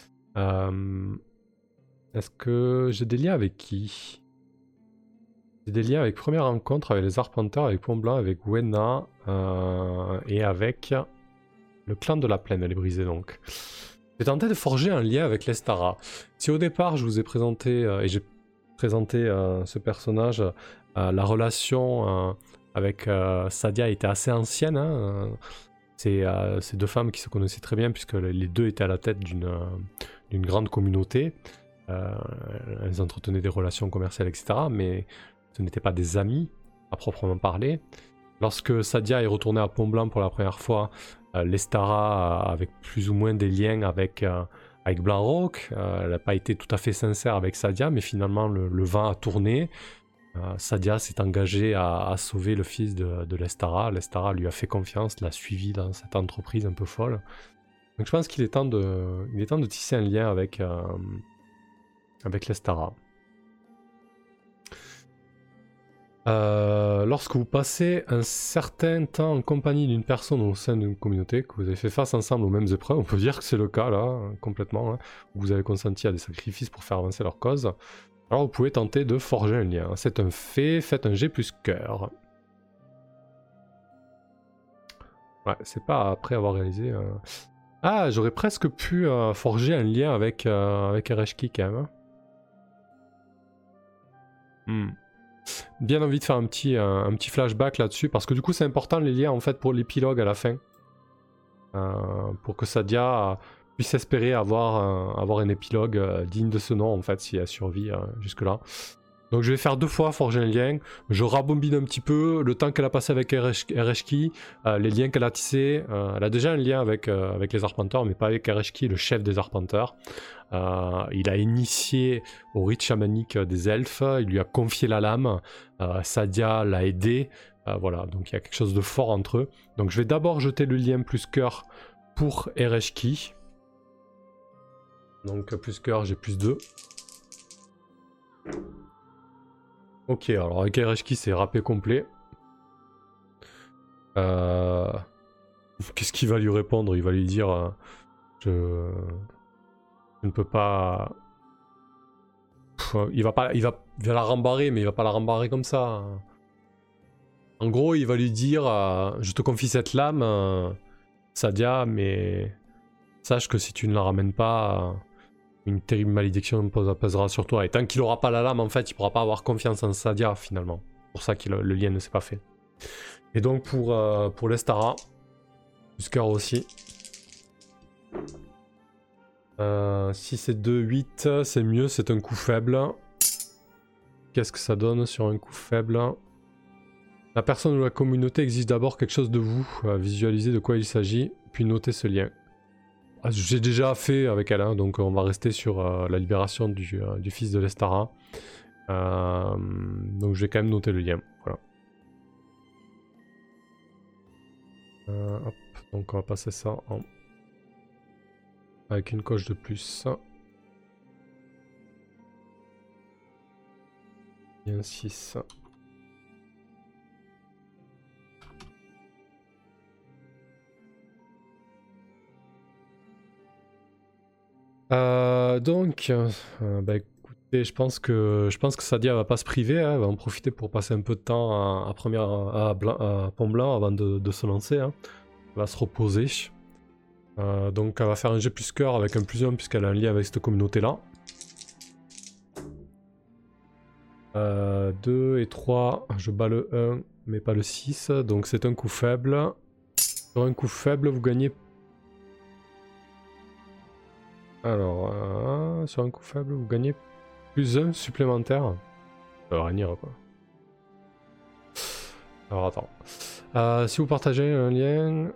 Est-ce que j'ai des liens avec qui? J'ai des liens avec Première Rencontre, avec les Arpenteurs, avec Pont Blanc, avec Wena et avec le clan de la Plaine, elle est brisée donc. J'ai tenté de forger un lien avec Lestara. Si au départ je vous ai présenté, et j'ai présenté ce personnage, la relation avec Sadia était assez ancienne. Hein, c'est deux femmes qui se connaissaient très bien puisque les deux étaient à la tête d'une grande communauté. Elles entretenaient des relations commerciales, etc. Mais ce n'étaient pas des amis à proprement parler. Lorsque Sadia est retournée à Pont-Blanc pour la première fois, Lestara avec plus ou moins des liens avec Blanc-Rock. Elle n'a pas été tout à fait sincère avec Sadia, mais finalement le vent a tourné. Sadia s'est engagée à sauver le fils de Lestara. Lestara lui a fait confiance, l'a suivi dans cette entreprise un peu folle. Donc je pense qu'il est temps de tisser un lien avec Lestara. Lorsque vous passez un certain temps en compagnie d'une personne au sein d'une communauté, que vous avez fait face ensemble aux mêmes épreuves, on peut dire que c'est le cas là, complètement, hein, où vous avez consenti à des sacrifices pour faire avancer leur cause, alors vous pouvez tenter de forger un lien. C'est un fait, faites un G plus cœur. Ouais, c'est pas après avoir réalisé... Ah, j'aurais presque pu forger un lien avec Ereshki quand même. Bien envie de faire un petit flashback là-dessus, parce que du coup c'est important les liens en fait pour l'épilogue à la fin. Pour que Sadia puisse espérer avoir un épilogue digne de ce nom en fait, si elle survit jusque-là. Donc je vais faire 2 fois forger un lien, je rabobine un petit peu, le temps qu'elle a passé avec Ereshki, les liens qu'elle a tissés, elle a déjà un lien avec les Arpenteurs, mais pas avec Ereshki, le chef des Arpenteurs. Il a initié au rite chamanique des elfes, il lui a confié la lame, Sadia l'a aidé, voilà, donc il y a quelque chose de fort entre eux. Donc je vais d'abord jeter le lien plus cœur pour Ereshki. Donc plus cœur, j'ai plus 2. Ok, alors avec Ereshki c'est râpé complet. Qu'est-ce qu'il va lui répondre? Il va lui dire je ne peux pas... il va la rembarrer, mais il va pas la rembarrer comme ça. En gros, il va lui dire je te confie cette lame, Sadia, mais sache que si tu ne la ramènes pas, une terrible malédiction pèsera sur toi. Et tant qu'il aura pas la lame, en fait, il pourra pas avoir confiance en Sadia finalement. C'est pour ça que le lien ne s'est pas fait. Et donc pour Lestara, plus cœur aussi. Si c'est 2, 8, c'est mieux, c'est un coup faible. Qu'est-ce que ça donne sur un coup faible? La personne ou la communauté exige d'abord quelque chose de vous. Visualisez de quoi il s'agit, puis notez ce lien. J'ai déjà fait avec elle, hein, donc on va rester sur la libération du fils de Lestara. Donc je vais quand même noter le lien. Voilà. Hop, donc on va passer ça avec une coche de plus. Et un 6. Bah écoutez, je pense que Sadia va pas se priver, hein, elle va en profiter pour passer un peu de temps à Pont Blanc avant de se lancer. Hein. Elle va se reposer. Donc elle va faire un G plus cœur avec un plus 1 puisqu'elle a un lien avec cette communauté-là. 2 et 3, je bats le 1 mais pas le 6, donc c'est un coup faible. Sur un coup faible, vous gagnez... Alors, sur un coup faible, vous gagnez plus 1 supplémentaire. Ça va rien quoi. Alors attends. Si vous partagez un lien...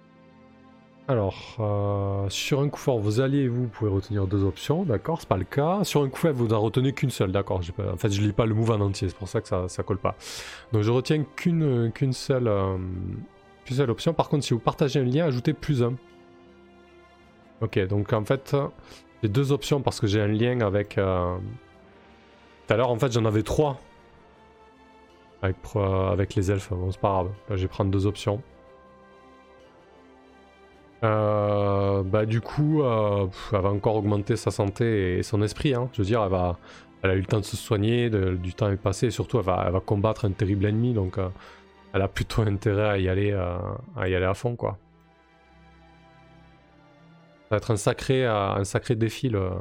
Alors, sur un coup fort, vos alliés et vous pouvez retenir 2 options, d'accord, c'est pas le cas. Sur un coup faible, vous n'en retenez qu'une seule, d'accord. En fait, je lis pas le move en entier, c'est pour ça que ça colle pas. Donc je retiens qu'une seule option. Par contre, si vous partagez un lien, ajoutez plus 1. Ok, donc en fait, j'ai 2 options parce que j'ai un lien avec... Tout à l'heure, en fait, j'en avais 3. Avec les elfes, bon, c'est pas grave. Là, je vais prendre 2 options. Bah du coup, elle va encore augmenter sa santé et son esprit. Hein. Je veux dire, elle a eu le temps de se soigner, du temps est passé, et surtout elle va combattre un terrible ennemi, donc elle a plutôt intérêt à y aller à fond, quoi. Ça va être un sacré défi le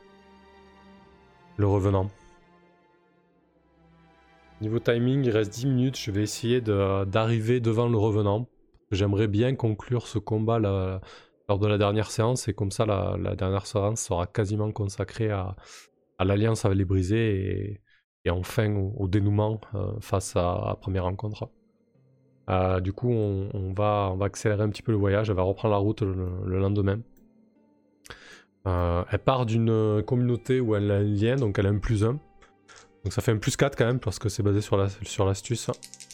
revenant. Niveau timing, il reste 10 minutes, je vais essayer d'arriver devant le revenant. J'aimerais bien conclure ce combat lors de la dernière séance, et comme ça la dernière séance sera quasiment consacrée à l'alliance avec les brisés et enfin au dénouement face à la première rencontre. Du coup, on va accélérer un petit peu le voyage, elle va reprendre la route le lendemain. Elle part d'une communauté où elle a un lien, donc elle a un plus 1. Donc ça fait un plus 4 quand même, parce que c'est basé sur l'astuce.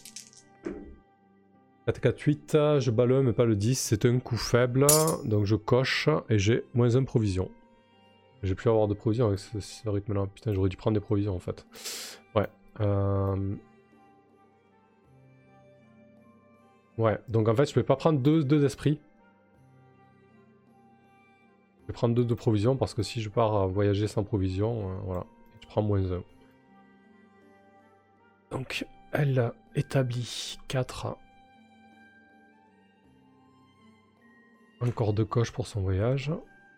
4, 4, 8, je bats le 1 mais pas le 10, c'est un coup faible, donc je coche et j'ai moins 1 provision. J'ai pu avoir de provisions avec ce rythme-là. Putain, j'aurais dû prendre des provisions en fait. Ouais. Ouais, donc en fait, je peux pas prendre deux esprits. Je vais prendre 2 de provisions parce que si je pars voyager sans provision, voilà, je prends moins 1. Donc, elle établit 4. Encore 2 coches pour son voyage.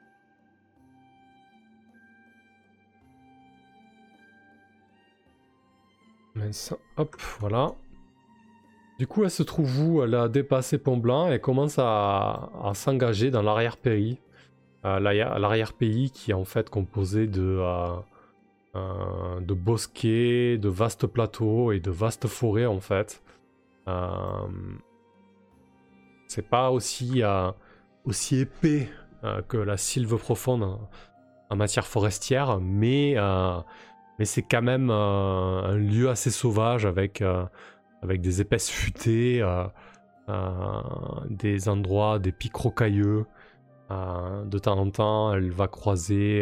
Mince, hop, voilà. Du coup, elle se trouve où? Elle a dépassé Pont Blanc et commence à s'engager dans l'arrière-pays. L'arrière-pays qui est en fait composé de bosquets, de vastes plateaux et de vastes forêts en fait. C'est pas aussi épais que la Sylve profonde en matière forestière, mais c'est quand même un lieu assez sauvage avec des épaisses futaies, des endroits, des pics rocailleux. De temps en temps, elle va croiser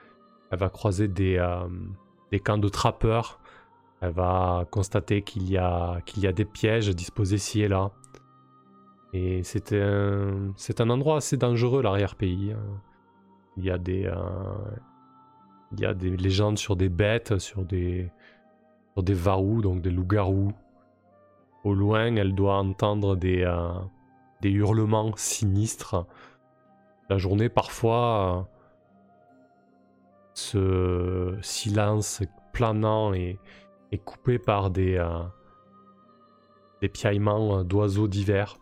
des camps de trappeurs. Elle va constater qu'il y a des pièges disposés ci et là. Et c'est un endroit assez dangereux, l'arrière-pays. Il y a des légendes sur des bêtes, sur des varous, donc des loups-garous. Au loin, elle doit entendre des hurlements sinistres. La journée, parfois, ce silence planant est coupé par des piaillements d'oiseaux divers.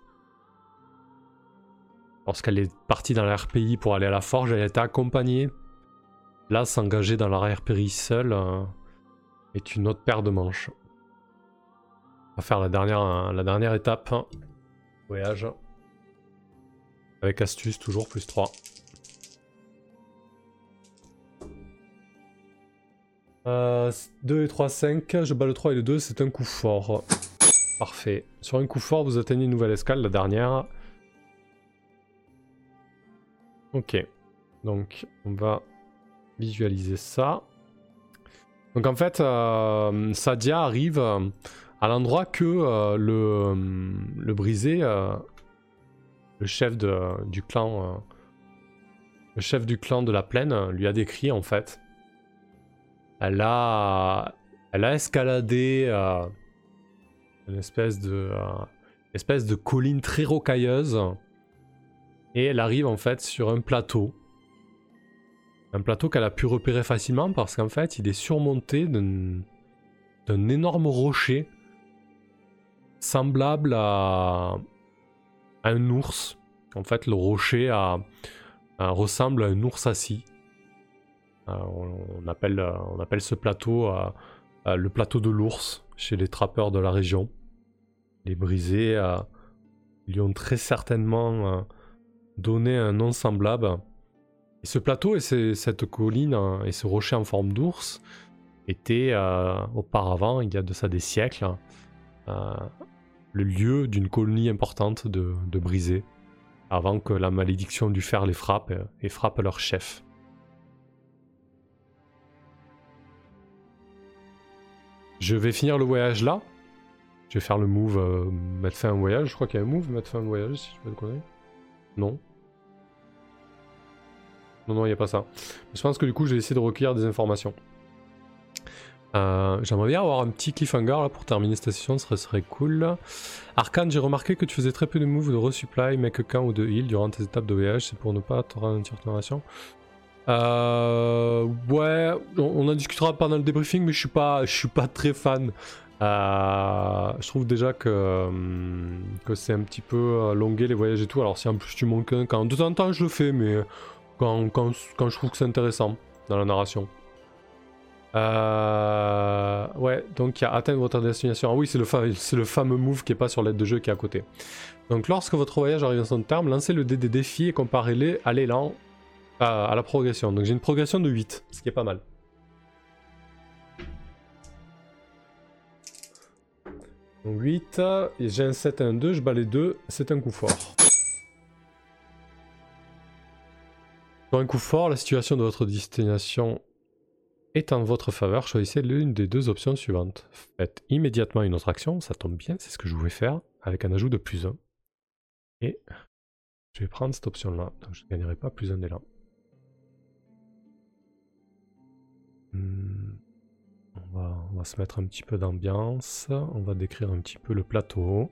Lorsqu'elle est partie dans l'arrière-pays pour aller à la forge, elle était accompagnée. Là, s'engager dans l'arrière-pays seule est une autre paire de manches. On va faire la dernière étape. Voyage. Avec astuce, toujours plus 3. Euh, 2 et 3, 5. Je bats le 3 et le 2, c'est un coup fort. Parfait. Sur un coup fort, vous atteignez une nouvelle escale, la dernière. Ok. Donc, on va visualiser ça. Donc en fait, Sadia arrive à l'endroit que le brisé, le chef du clan, de la plaine, lui a décrit en fait. Elle a escaladé une espèce de colline très rocailleuse et elle arrive en fait sur un plateau. Un plateau qu'elle a pu repérer facilement parce qu'en fait il est surmonté d'un énorme rocher semblable à un ours. En fait le rocher ressemble à un ours assis. On appelle ce plateau le plateau de l'ours chez les trappeurs de la région. Les brisés lui ont très certainement donné un nom semblable. Et ce plateau et cette colline et ce rocher en forme d'ours étaient auparavant, il y a de ça des siècles, le lieu d'une colonie importante de brisés, avant que la malédiction du fer les frappe et frappe leur chef. Je vais finir le voyage là. Je vais faire le move mettre fin à un voyage. Je crois qu'il y a un move mettre fin à un voyage, si je peux le connaître. Non. Non, il n'y a pas ça. Je pense que du coup, je vais essayer de recueillir des informations. J'aimerais bien avoir un petit cliffhanger là, pour terminer cette session, ce serait cool. Arcane, j'ai remarqué que tu faisais très peu de moves de resupply, make camp ou de heal durant tes étapes de voyage. C'est pour ne pas te ralentir ton ration. Ouais, on en discutera pendant le débriefing, mais je suis pas très fan. Je trouve déjà que c'est un petit peu longué les voyages et tout. Alors si en plus tu manques un, quand de temps en temps je le fais, mais quand je trouve que c'est intéressant dans la narration. Ouais, donc il y a atteindre votre destination. Ah oui, c'est le fameux move qui est pas sur l'aide de jeu qui est à côté. Donc lorsque votre voyage arrive à son terme, lancez le dé des défis et comparez-les à l'élan, à la progression. Donc j'ai une progression de 8, ce qui est pas mal. Donc 8, et j'ai un 7 et un 2, je bats les deux, c'est un coup fort. Sur un coup fort, la situation de votre destination est en votre faveur, choisissez l'une des deux options suivantes. Faites immédiatement une autre action, ça tombe bien, c'est ce que je voulais faire, avec un ajout de plus 1. Et je vais prendre cette option-là, donc je ne gagnerai pas plus 1 d'élan. On va se mettre un petit peu d'ambiance, on va décrire un petit peu le plateau.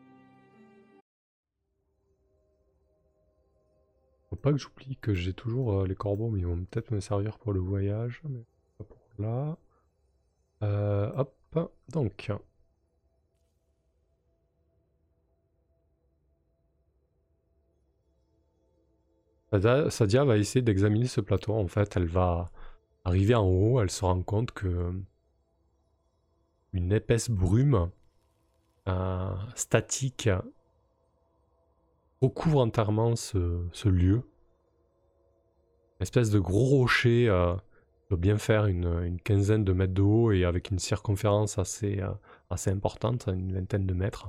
Faut pas que j'oublie que j'ai toujours les corbeaux, mais ils vont peut-être me servir pour le voyage, mais pas pour là. Hop, donc. Sadia va essayer d'examiner ce plateau. En fait, elle va arriver en haut, elle se rend compte que une épaisse brume statique recouvre entièrement ce lieu. Une espèce de gros rocher doit bien faire une quinzaine de mètres de haut et avec une circonférence assez importante, une vingtaine de mètres.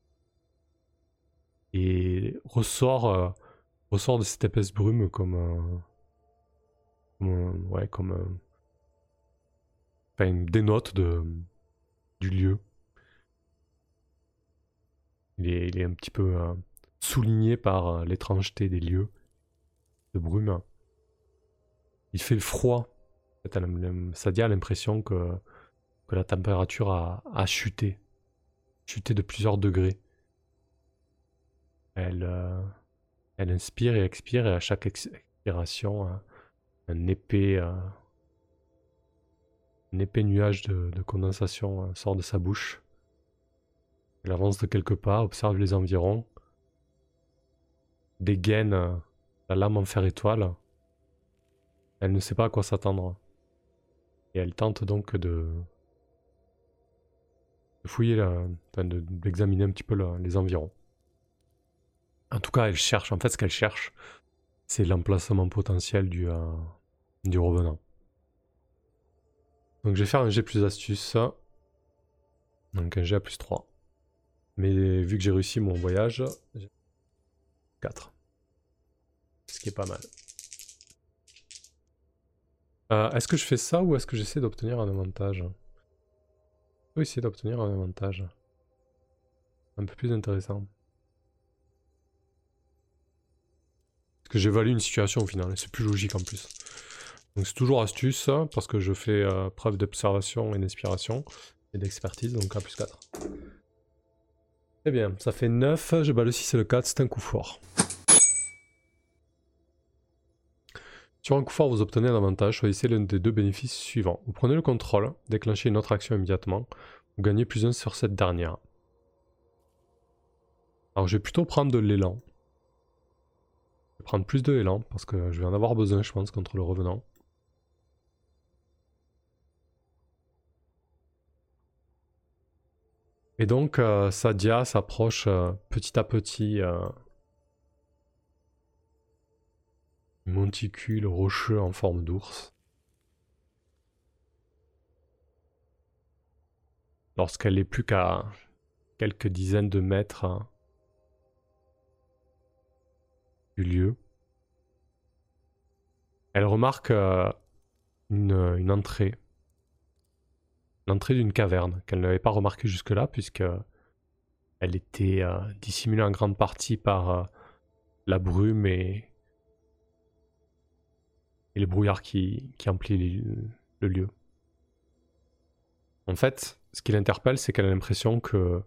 Et ressort de cette épaisse brume comme des notes du lieu. Il est un petit peu souligné par l'étrangeté des lieux de brume. Il fait froid. Sadia a l'impression que la température a chuté de plusieurs degrés. Elle inspire et expire, et à chaque expiration, un épais nuage de condensation sort de sa bouche. Elle avance de quelques pas, observe les environs, dégaine la lame en fer étoile. Elle ne sait pas à quoi s'attendre. Et elle tente donc de fouiller, d'examiner un petit peu les environs. En tout cas, elle cherche. En fait, ce qu'elle cherche, c'est l'emplacement potentiel du revenant. Donc je vais faire un G plus astuce. Donc un G à plus 3. Mais vu que j'ai réussi mon voyage, j'ai 4. Ce qui est pas mal. Est-ce que je fais ça ou est-ce que j'essaie d'obtenir un avantage? Je peux essayer d'obtenir un avantage. Un peu plus intéressant. Parce que j'évalue une situation au final, et c'est plus logique en plus. Donc c'est toujours astuce, parce que je fais preuve d'observation et d'inspiration, et d'expertise, donc A plus 4. Très bien, ça fait 9, je bats le 6 et le 4, c'est un coup fort. Sur un coup fort, vous obtenez un avantage, choisissez l'un des deux bénéfices suivants. Vous prenez le contrôle, déclenchez une autre action immédiatement, vous gagnez +1 sur cette dernière. Alors je vais plutôt prendre de l'élan. Je vais prendre plus de élan, parce que je vais en avoir besoin, je pense, contre le revenant. Et donc, Sadia s'approche petit à petit du monticule rocheux en forme d'ours. Lorsqu'elle n'est plus qu'à quelques dizaines de mètres du lieu, elle remarque une entrée. L'entrée d'une caverne qu'elle n'avait pas remarquée jusque-là, puisque elle était dissimulée en grande partie par la brume et le brouillard qui emplit le lieu. En fait, ce qui l'interpelle, c'est qu'elle a l'impression que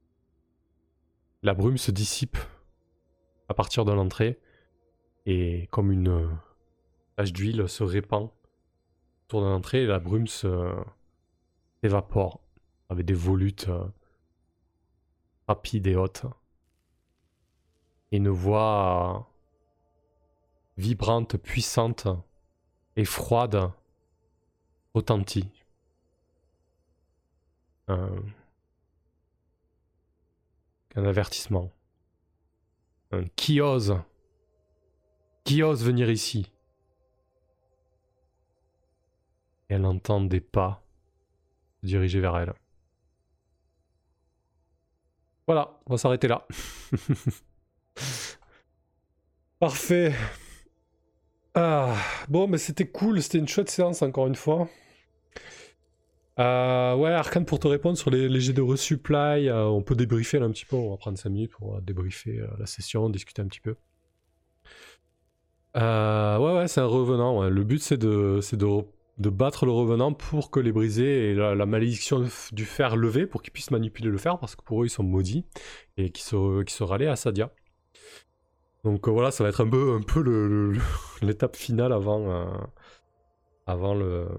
la brume se dissipe à partir de l'entrée et comme une tache d'huile se répand autour de l'entrée et la brume s'évapore avec des volutes rapides et hautes. Et une voix vibrante, puissante et froide retentit. Un avertissement. Qui ose venir ici? Et elle entend des pas se diriger vers elle. Voilà, on va s'arrêter là. Parfait. Ah, bon, mais c'était cool, c'était une chouette séance encore une fois. Ouais, Arkane, pour te répondre sur les jets de resupply, on peut débriefer là un petit peu, on va prendre 5 minutes pour débriefer la session, discuter un petit peu. Ouais, c'est un revenant. Ouais. Le but, c'est de battre le revenant pour que les brisés aient la malédiction du fer levé, pour qu'ils puissent manipuler le fer, parce que pour eux, ils sont maudits, et qu'ils se rallient à Sadia. Donc voilà, ça va être un peu l'étape finale avant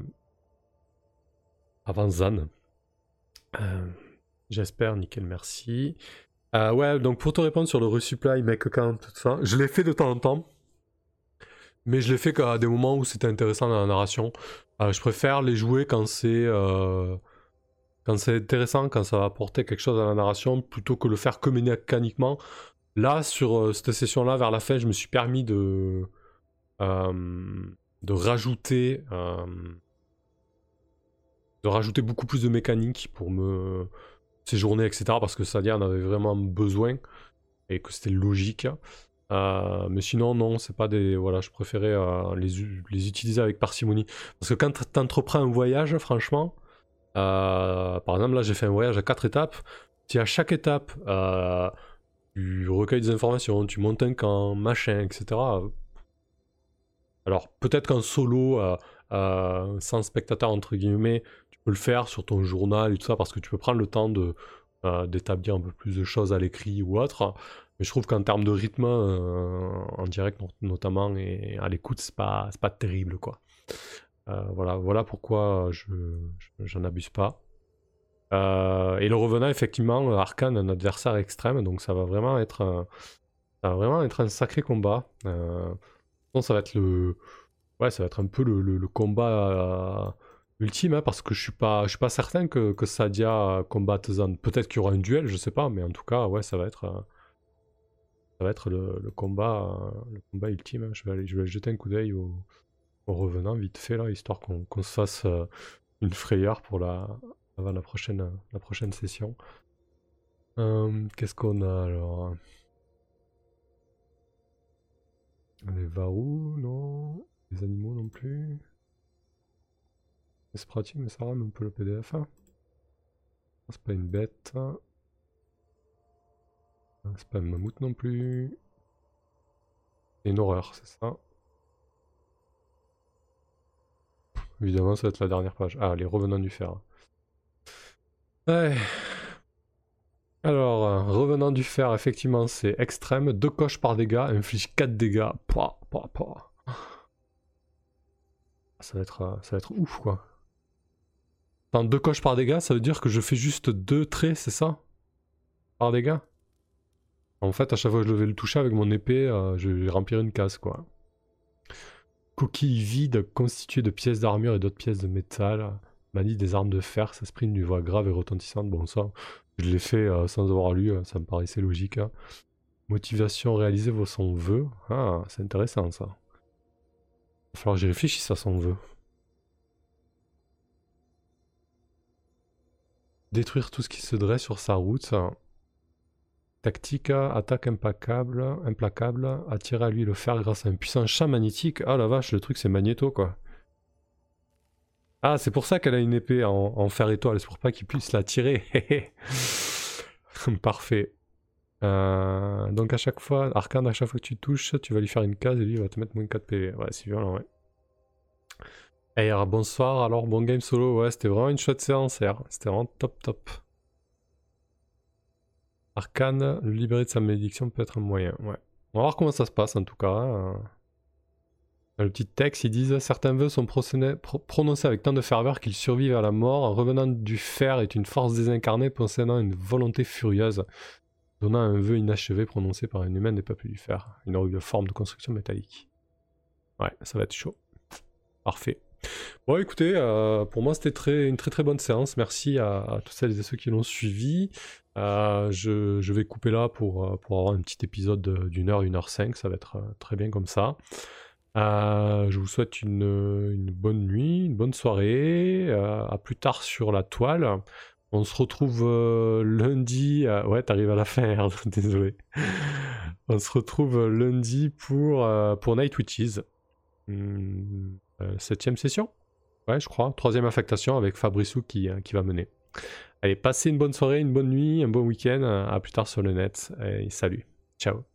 Zan. J'espère, nickel, merci. Ouais, donc pour te répondre sur le resupply, make account, tout ça, je l'ai fait de temps en temps. Mais je l'ai fait qu'à des moments où c'était intéressant dans la narration. Je préfère les jouer quand c'est intéressant, quand ça va apporter quelque chose à la narration, plutôt que le faire que mécaniquement. Là, sur cette session-là, vers la fin, je me suis permis de rajouter beaucoup plus de mécanique pour me séjourner, etc. Parce que Sadia en avait vraiment besoin et que c'était logique. Mais sinon, non, c'est pas des. Voilà, je préférais les utiliser avec parcimonie. Parce que quand tu entreprends un voyage, franchement, par exemple, là j'ai fait un voyage à 4 étapes. Si à chaque étape, tu recueilles des informations, tu montes un camp, machin, etc. Alors, peut-être qu'en solo, sans spectateur, entre guillemets, tu peux le faire sur ton journal et tout ça, parce que tu peux prendre le temps d'établir un peu plus de choses à l'écrit ou autre. Mais je trouve qu'en termes de rythme, en direct notamment, et à l'écoute, c'est pas terrible, quoi. Voilà pourquoi j'en abuse pas. Et le revenant, effectivement, Arkane, un adversaire extrême, donc ça va vraiment être un sacré combat. Ça va être ça va être un peu le combat ultime, hein, parce que je suis pas certain que Sadia combatte Zan. Peut-être qu'il y aura un duel, je sais pas, mais en tout cas, ouais, ça va être le combat ultime, hein. Je vais aller jeter un coup d'œil au revenant vite fait là, histoire qu'on se fasse une frayeur pour avant la prochaine session. Qu'est-ce qu'on a alors? Les varous, non. Les animaux non plus. C'est pratique, mais ça rame un peu le PDF. Hein. C'est pas une bête. C'est pas un mammouth non plus. C'est une horreur, c'est ça. Évidemment, ça va être la dernière page. Ah, les revenants du fer. Ouais. Alors, revenant du fer, effectivement, c'est extrême. 2 coches par dégâts, inflige 4 dégâts. Pouah, pouah, pouah. Ça va être ouf, quoi. Enfin, 2 coches par dégâts, ça veut dire que je fais juste 2 traits, c'est ça? Par dégâts? En fait, à chaque fois que je vais le toucher avec mon épée, je vais remplir une case, quoi. Coquille vide constituée de pièces d'armure et d'autres pièces de métal. Manie des armes de fer, s'exprime d'une voix grave et retentissante. Bon, ça, je l'ai fait sans avoir lu, ça me paraissait logique. Hein. Motivation, réaliser son vœu. Ah, c'est intéressant ça. Il va falloir que j'y réfléchisse à son vœu. Détruire tout ce qui se dresse sur sa route. Tactique, attaque implacable, attirer à lui le fer grâce à un puissant champ magnétique. Ah la vache, le truc c'est magnéto quoi. Ah, c'est pour ça qu'elle a une épée en fer étoile, c'est pour pas qu'il puisse la tirer. Parfait. Donc à chaque fois, Arcane, à chaque fois que tu touches, tu vas lui faire une case et lui il va te mettre moins 4 PV. Ouais, c'est violent, ouais. Hey, bonsoir, alors bon game solo, ouais, c'était vraiment une chouette séance, c'était vraiment top. Arcane, le libérer de sa malédiction peut être un moyen, ouais. On va voir comment ça se passe en tout cas. Hein. Le petit texte, ils disent certains vœux sont prononcés avec tant de ferveur qu'ils survivent à la mort. Un revenant du fer est une force désincarnée possédant une volonté furieuse, donnant un vœu inachevé prononcé par un humain des peuples du fer. Une horrible forme de construction métallique. Ouais, ça va être chaud. Parfait. Bon, écoutez, pour moi c'était une très bonne séance. Merci à toutes celles et ceux qui l'ont suivi. Je vais couper là pour avoir un petit épisode d'1 heure, 1h05. Ça va être très bien comme ça. Je vous souhaite une bonne nuit, une bonne soirée. À plus tard sur la toile. On se retrouve lundi. Ouais, t'arrives à la fin, Erd, désolé. On se retrouve lundi pour Night Witches. 7ème session? Ouais, je crois. 3ème affectation avec Fabrissou qui va mener. Allez, passez une bonne soirée, une bonne nuit, un bon week-end. À plus tard sur le net. Et salut. Ciao.